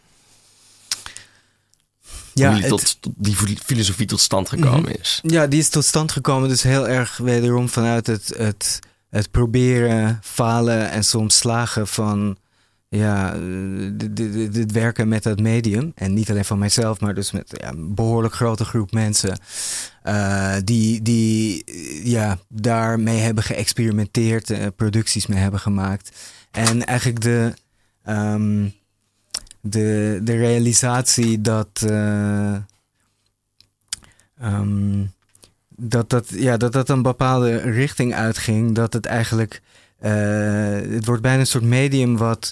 Ja, hoe jullie het, tot, tot die filosofie tot stand gekomen mm-hmm. is. Ja, die is tot stand gekomen dus heel erg wederom vanuit het, het, het proberen, falen en soms slagen van ja, het werken met dat medium. En niet alleen van mijzelf, maar dus met ja, een behoorlijk grote groep mensen uh, die, die ja, daarmee hebben geëxperimenteerd, uh, producties mee hebben gemaakt. En eigenlijk de... Um, De, de realisatie dat, uh, um, dat, dat, ja, dat dat een bepaalde richting uitging. Dat het eigenlijk... Uh, het wordt bijna een soort medium wat...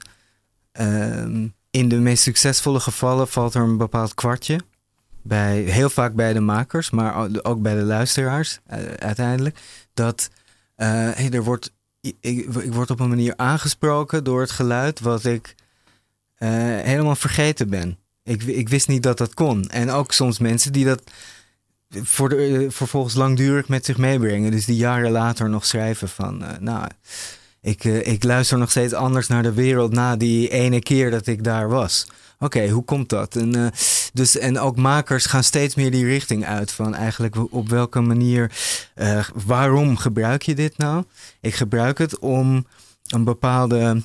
Uh, in de meest succesvolle gevallen valt er een bepaald kwartje. Bij, heel vaak bij de makers, maar ook bij de luisteraars uh, uiteindelijk. Dat uh, hey, er wordt, ik, ik word op een manier aangesproken door het geluid wat ik... Uh, helemaal vergeten ben. Ik, ik wist niet dat dat kon. En ook soms mensen die dat voor de, uh, vervolgens langdurig met zich meebrengen. Dus die jaren later nog schrijven van... Uh, nou, ik, uh, ik luister nog steeds anders naar de wereld na die ene keer dat ik daar was. Oké, okay, hoe komt dat? En, uh, dus, en ook makers gaan steeds meer die richting uit van eigenlijk op welke manier... Uh, waarom gebruik je dit nou? Ik gebruik het om een bepaalde...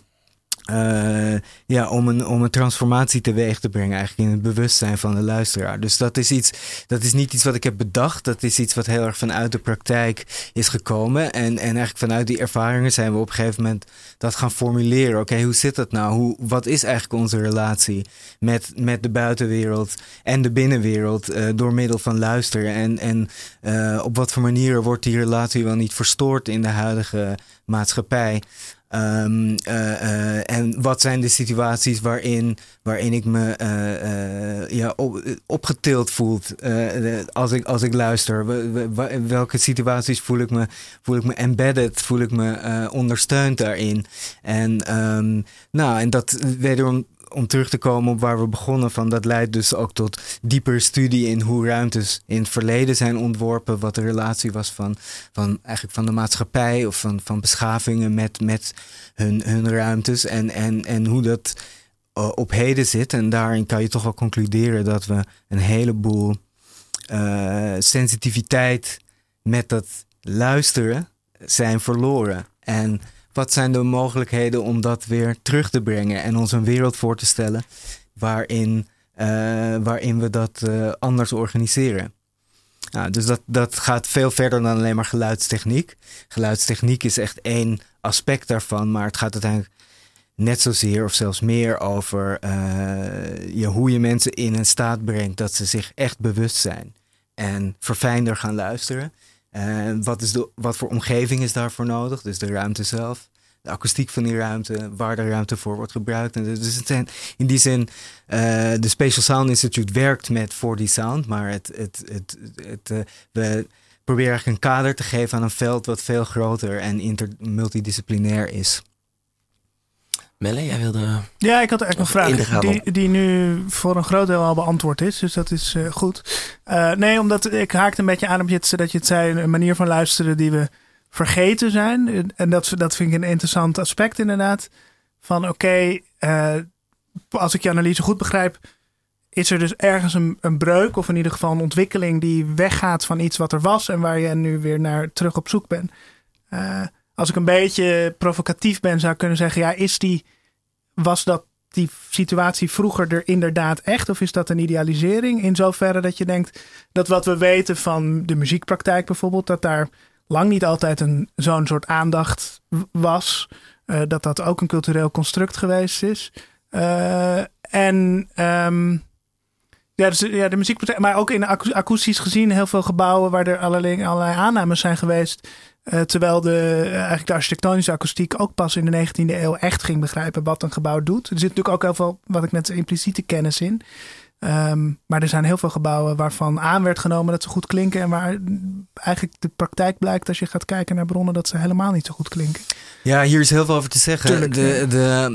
Uh, ja, om een, om een transformatie teweeg te brengen eigenlijk in het bewustzijn van de luisteraar. Dus dat is iets, dat is niet iets wat ik heb bedacht. Dat is iets wat heel erg vanuit de praktijk is gekomen. En, en eigenlijk vanuit die ervaringen zijn we op een gegeven moment dat gaan formuleren. Oké, okay, hoe zit dat nou? Hoe, wat is eigenlijk onze relatie met, met de buitenwereld en de binnenwereld uh, door middel van luisteren? En, en uh, op wat voor manieren wordt die relatie wel niet verstoord in de huidige maatschappij? Um, uh, uh, en wat zijn de situaties waarin, waarin ik me uh, uh, ja, op, opgetild voel uh, als, ik, als ik luister? Welke situaties voel ik me, voel ik me embedded? Voel ik me uh, ondersteund daarin? En, um, nou, en dat wederom... Om terug te komen op waar we begonnen van, dat leidt dus ook tot diepere studie in hoe ruimtes in het verleden zijn ontworpen, wat de relatie was van, van eigenlijk van de maatschappij of van, van beschavingen met, met hun, hun ruimtes en, en, en hoe dat uh, op heden zit. En daarin kan je toch wel concluderen dat we een heleboel uh, sensitiviteit met dat luisteren zijn verloren. En wat zijn de mogelijkheden om dat weer terug te brengen en ons een wereld voor te stellen waarin, uh, waarin we dat uh, anders organiseren? Nou, dus dat, dat gaat veel verder dan alleen maar geluidstechniek. Geluidstechniek is echt één aspect daarvan, maar het gaat uiteindelijk net zozeer of zelfs meer over uh, ja, hoe je mensen in een staat brengt dat ze zich echt bewust zijn en verfijnder gaan luisteren. Uh, wat, is de, wat voor omgeving is daarvoor nodig? Dus de ruimte zelf, de akoestiek van die ruimte, waar de ruimte voor wordt gebruikt. En dus het zijn, in die zin, uh, de Spatial Sound Institute werkt met four D Sound, maar het, het, het, het, uh, we proberen eigenlijk een kader te geven aan een veld wat veel groter en inter- multidisciplinair is. Melle, jij wilde... Ja, ik had eigenlijk een vraag die, die nu voor een groot deel al beantwoord is. Dus dat is uh, goed. Uh, nee, omdat ik haakte een beetje aan op je, dat je het zei, een manier van luisteren die we vergeten zijn. En dat, dat vind ik een interessant aspect inderdaad. Van oké, okay, uh, als ik je analyse goed begrijp, is er dus ergens een, een breuk of in ieder geval een ontwikkeling die weggaat van iets wat er was en waar je nu weer naar terug op zoek bent. Uh, Als ik een beetje provocatief ben, zou ik kunnen zeggen, ja, is die, was dat die situatie vroeger er inderdaad echt? Of is dat een idealisering? In zoverre dat je denkt dat wat we weten van de muziekpraktijk bijvoorbeeld, dat daar lang niet altijd een, zo'n soort aandacht was. Uh, dat dat ook een cultureel construct geweest is. Uh, en um, ja, dus, ja, de muziekpraktijk, maar ook in akoestisch gezien heel veel gebouwen waar er allerlei, allerlei aannames zijn geweest. Uh, terwijl de, uh, eigenlijk de architectonische akoestiek ook pas in de negentiende eeuw echt ging begrijpen wat een gebouw doet. Er zit natuurlijk ook heel veel, wat ik net zei, impliciete kennis in. Um, maar er zijn heel veel gebouwen waarvan aan werd genomen dat ze goed klinken. En waar eigenlijk de praktijk blijkt als je gaat kijken naar bronnen dat ze helemaal niet zo goed klinken. Ja, hier is heel veel over te zeggen. Tuurlijk, de, de,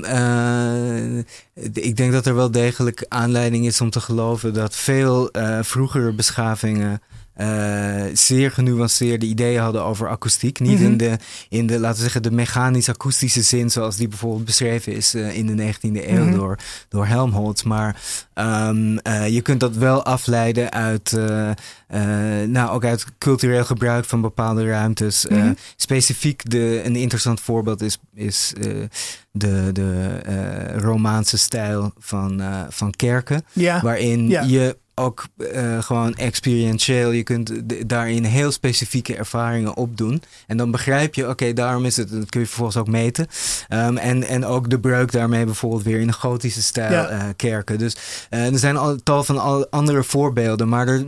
uh, de, ik denk dat er wel degelijk aanleiding is om te geloven dat veel uh, vroegere beschavingen Uh, zeer genuanceerde ideeën hadden over akoestiek. Niet mm-hmm. in, de, in de, laten we zeggen, de mechanisch-akoestische zin zoals die bijvoorbeeld beschreven is uh, in de negentiende eeuw mm-hmm. door, door Helmholtz. Maar um, uh, je kunt dat wel afleiden uit, uh, uh, nou, ook uit cultureel gebruik van bepaalde ruimtes. Mm-hmm. Uh, specifiek de, een interessant voorbeeld is, is uh, de, de uh, Romaanse stijl van, uh, van kerken. Ja. Waarin ja. je ook uh, gewoon experientieel, je kunt d- daarin heel specifieke ervaringen opdoen. En dan begrijp je, oké, okay, daarom is het, dat kun je vervolgens ook meten. Um, en, en ook de breuk daarmee bijvoorbeeld weer in de gotische stijl ja. uh, kerken. Dus uh, er zijn al tal van al andere voorbeelden, maar er...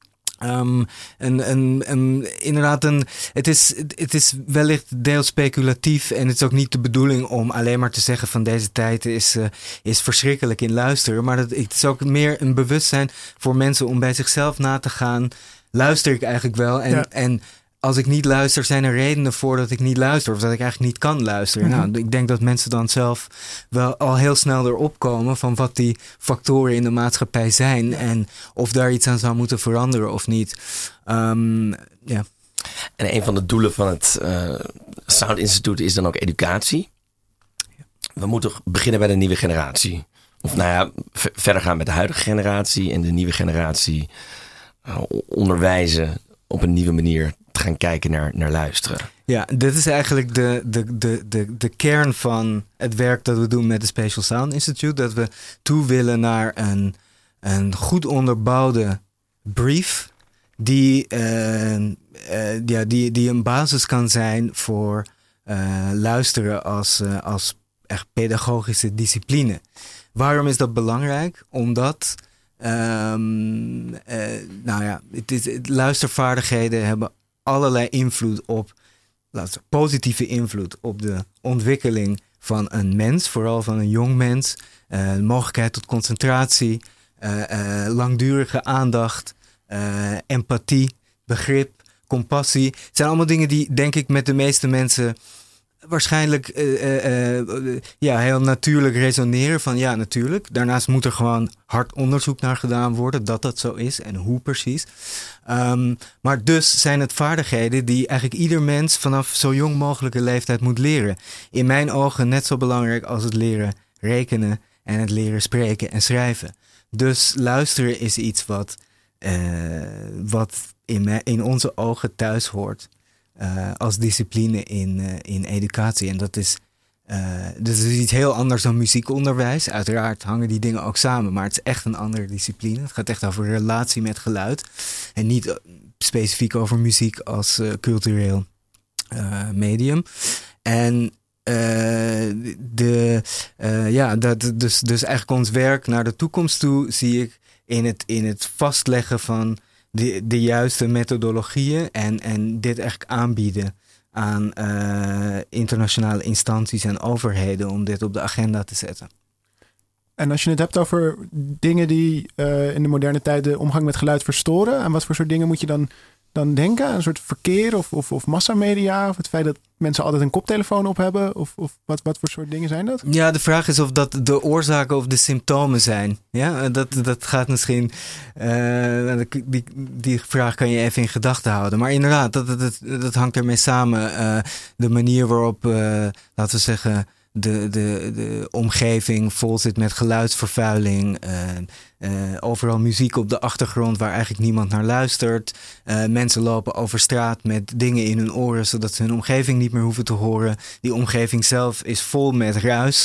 Um, een, een, een, inderdaad, een, het, is, het is wellicht deels speculatief en het is ook niet de bedoeling om alleen maar te zeggen van deze tijd is, uh, is verschrikkelijk in luisteren. Maar dat, het is ook meer een bewustzijn voor mensen om bij zichzelf na te gaan. Luister ik eigenlijk wel? En, ja. en als ik niet luister, zijn er redenen voor dat ik niet luister of dat ik eigenlijk niet kan luisteren. Mm-hmm. Nou, ik denk dat mensen dan zelf wel al heel snel erop komen van wat die factoren in de maatschappij zijn en of daar iets aan zou moeten veranderen of niet. Um, yeah. En een van de doelen van het uh, Sound Institute is dan ook educatie. We moeten beginnen bij de nieuwe generatie. Of nou ja, v- verder gaan met de huidige generatie en de nieuwe generatie uh, onderwijzen op een nieuwe manier te gaan kijken naar, naar luisteren. Ja, dit is eigenlijk de, de, de, de, de kern van het werk dat we doen met de Spatial Sound Institute. Dat we toe willen naar een, een goed onderbouwde brief die, uh, uh, ja, die, die een basis kan zijn voor uh, luisteren als, uh, als echt pedagogische discipline. Waarom is dat belangrijk? Omdat Um, uh, nou ja, het is, het, luistervaardigheden hebben allerlei invloed op, laten we, positieve invloed op de ontwikkeling van een mens, vooral van een jong mens. Uh, de mogelijkheid tot concentratie, uh, uh, langdurige aandacht, uh, empathie, begrip, compassie. Het zijn allemaal dingen die, denk ik, met de meeste mensen waarschijnlijk uh, uh, uh, ja, heel natuurlijk resoneren van ja, natuurlijk. Daarnaast moet er gewoon hard onderzoek naar gedaan worden dat dat zo is en hoe precies. Um, maar dus zijn het vaardigheden die eigenlijk ieder mens vanaf zo jong mogelijke leeftijd moet leren. In mijn ogen net zo belangrijk als het leren rekenen en het leren spreken en schrijven. Dus luisteren is iets wat, uh, wat in, me, in onze ogen thuis hoort. Uh, als discipline in, uh, in educatie. En dat is, uh, dat is iets heel anders dan muziekonderwijs. Uiteraard hangen die dingen ook samen, maar het is echt een andere discipline. Het gaat echt over relatie met geluid. En niet uh, specifiek over muziek als uh, cultureel uh, medium. En uh, de, uh, ja, dat, dus, dus eigenlijk ons werk naar de toekomst toe zie ik in het, in het vastleggen van de, de juiste methodologieën en, en dit eigenlijk aanbieden aan uh, internationale instanties en overheden om dit op de agenda te zetten. En als je het hebt over dingen die uh, in de moderne tijd de omgang met geluid verstoren, aan wat voor soort dingen moet je dan, dan denken? Aan een soort verkeer of, of, of massamedia? Of het feit dat mensen altijd een koptelefoon op hebben? Of, of wat, wat voor soort dingen zijn dat? Ja, de vraag is of dat de oorzaken of de symptomen zijn. Ja, dat, dat gaat misschien... Uh, die, die vraag kan je even in gedachten houden. Maar inderdaad, dat, dat, dat hangt ermee samen. Uh, de manier waarop, uh, laten we zeggen... De, de, de omgeving vol zit met geluidsvervuiling. Uh, uh, overal muziek op de achtergrond waar eigenlijk niemand naar luistert. Uh, mensen lopen over straat met dingen in hun oren zodat ze hun omgeving niet meer hoeven te horen. Die omgeving zelf is vol met ruis.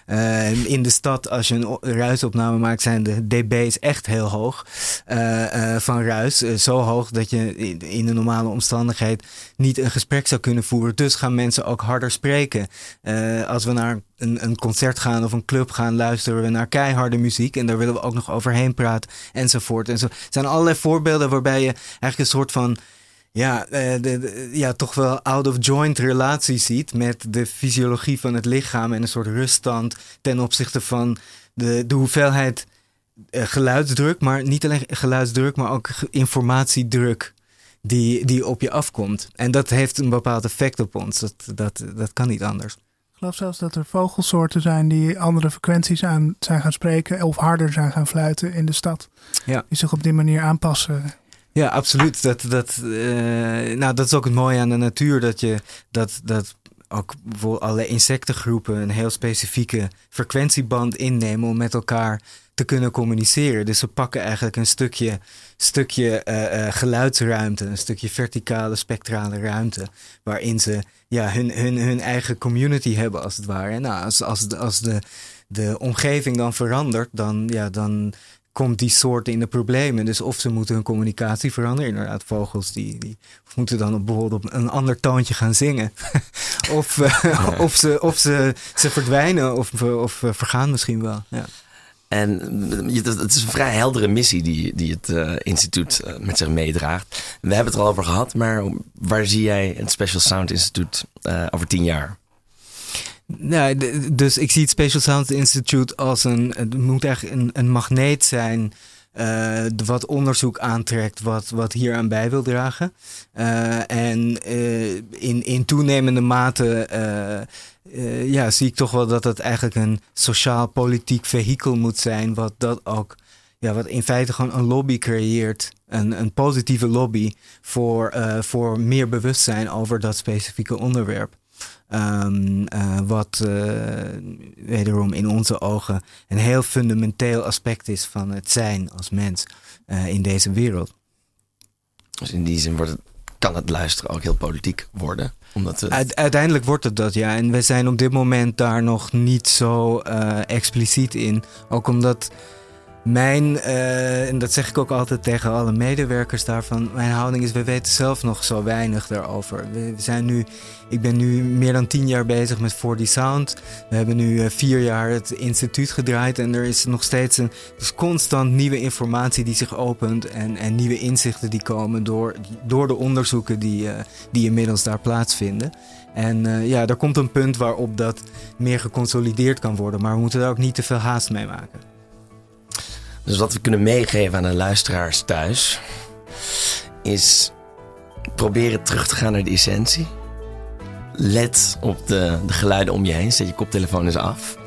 Uh, in de stad, als je een ruisopname maakt, zijn de dB's echt heel hoog uh, uh, van ruis. Uh, zo hoog dat je in, in een normale omstandigheid niet een gesprek zou kunnen voeren. Dus gaan mensen ook harder spreken. Uh, als we naar een, een concert gaan of een club gaan, luisteren we naar keiharde muziek. En daar willen we ook nog overheen praten enzovoort. En zo. Er zijn allerlei voorbeelden waarbij je eigenlijk een soort van... Ja, de, de, ja, toch wel out-of-joint relatie ziet met de fysiologie van het lichaam en een soort ruststand ten opzichte van de, de hoeveelheid uh, geluidsdruk, maar niet alleen geluidsdruk, maar ook informatiedruk die, die op je afkomt. En dat heeft een bepaald effect op ons. Dat, dat, dat kan niet anders. Ik geloof zelfs dat er vogelsoorten zijn die andere frequenties aan zijn gaan spreken of harder zijn gaan fluiten in de stad. Ja. Die zich op die manier aanpassen. Ja, absoluut. Dat, dat, uh, nou, dat is ook het mooie aan de natuur. Dat je dat, dat ook bijvoorbeeld alle insectengroepen een heel specifieke frequentieband innemen om met elkaar te kunnen communiceren. Dus ze pakken eigenlijk een stukje, stukje uh, uh, geluidsruimte, een stukje verticale spectrale ruimte, waarin ze ja, hun, hun, hun eigen community hebben als het ware. En nou, als, als, de, als de, de omgeving dan verandert, dan, ja, dan komt die soort in de problemen. Dus of ze moeten hun communicatie veranderen. Inderdaad, vogels die, die moeten dan op, bijvoorbeeld op een ander toontje gaan zingen. of uh, ja. of, ze, of ze, ze verdwijnen of, of uh, vergaan misschien wel. Ja. En het is een vrij heldere missie die, die het uh, instituut uh, met zich meedraagt. We hebben het er al over gehad, maar waar zie jij het Special Sound Instituut uh, over tien jaar? Nou, dus ik zie het Special Sound Institute als een... Het moet eigenlijk een, een magneet zijn uh, wat onderzoek aantrekt, wat, wat hier aan bij wil dragen. Uh, en uh, in, in toenemende mate uh, uh, ja, zie ik toch wel dat het eigenlijk een sociaal-politiek vehikel moet zijn, wat dat ook... Ja, wat in feite gewoon een lobby creëert. Een, een positieve lobby voor, uh, voor meer bewustzijn over dat specifieke onderwerp. Um, uh, wat uh, wederom in onze ogen een heel fundamenteel aspect is van het zijn als mens uh, in deze wereld. Dus in die zin wordt het, kan het luisteren ook heel politiek worden? Omdat het... U- uiteindelijk wordt het dat, ja. En we zijn op dit moment daar nog niet zo uh, expliciet in. Ook omdat mijn, uh, en dat zeg ik ook altijd tegen alle medewerkers daarvan, mijn houding is, we weten zelf nog zo weinig daarover. We zijn nu, ik ben nu meer dan tien jaar bezig met four D Sound. We hebben nu uh, vier jaar het instituut gedraaid en er is nog steeds een, dus constant nieuwe informatie die zich opent en, en nieuwe inzichten die komen door, door de onderzoeken die, uh, die inmiddels daar plaatsvinden. En uh, ja, er komt een punt waarop dat meer geconsolideerd kan worden, maar we moeten daar ook niet te veel haast mee maken. Dus wat we kunnen meegeven aan de luisteraars thuis is proberen terug te gaan naar de essentie. Let op de, de geluiden om je heen. Zet je koptelefoon eens af.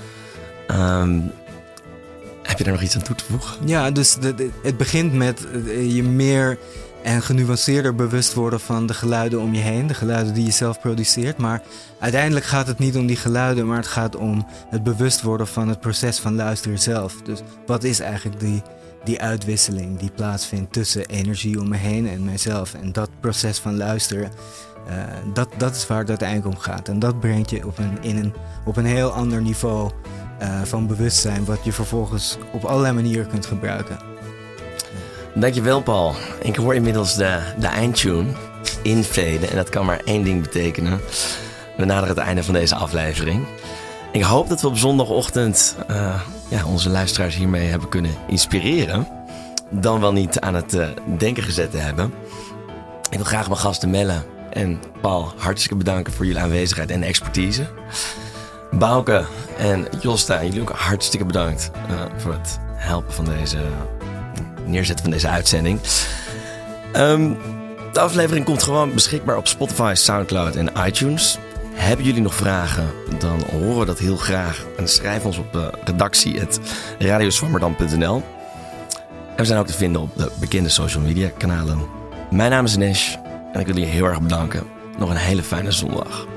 Um, heb je er nog iets aan toe te voegen? Ja, dus de, de, het begint met je meer en genuanceerder bewust worden van de geluiden om je heen. De geluiden die je zelf produceert. Maar uiteindelijk gaat het niet om die geluiden, maar het gaat om het bewust worden van het proces van luisteren zelf. Dus wat is eigenlijk die, die uitwisseling die plaatsvindt tussen energie om me heen en mijzelf. En dat proces van luisteren, uh, dat, dat is waar het uiteindelijk om gaat. En dat brengt je op een, in een, op een heel ander niveau uh, van bewustzijn, wat je vervolgens op allerlei manieren kunt gebruiken. Dankjewel, Paul. Ik hoor inmiddels de, de eindtune infaden en dat kan maar één ding betekenen. We naderen het einde van deze aflevering. Ik hoop dat we op zondagochtend uh, ja, onze luisteraars hiermee hebben kunnen inspireren. Dan wel niet aan het uh, denken gezet te hebben. Ik wil graag mijn gasten Melle en Paul hartstikke bedanken voor jullie aanwezigheid en expertise. Bouke en Josta, jullie ook hartstikke bedankt uh, voor het helpen van deze neerzetten van deze uitzending. Um, de aflevering komt gewoon beschikbaar op Spotify, Soundcloud en iTunes. Hebben jullie nog vragen? Dan horen we dat heel graag. En schrijf ons op uh, redactie at radioswammerdam punt n l. En we zijn ook te vinden op de bekende social media kanalen. Mijn naam is Nesh en ik wil jullie heel erg bedanken. Nog een hele fijne zondag.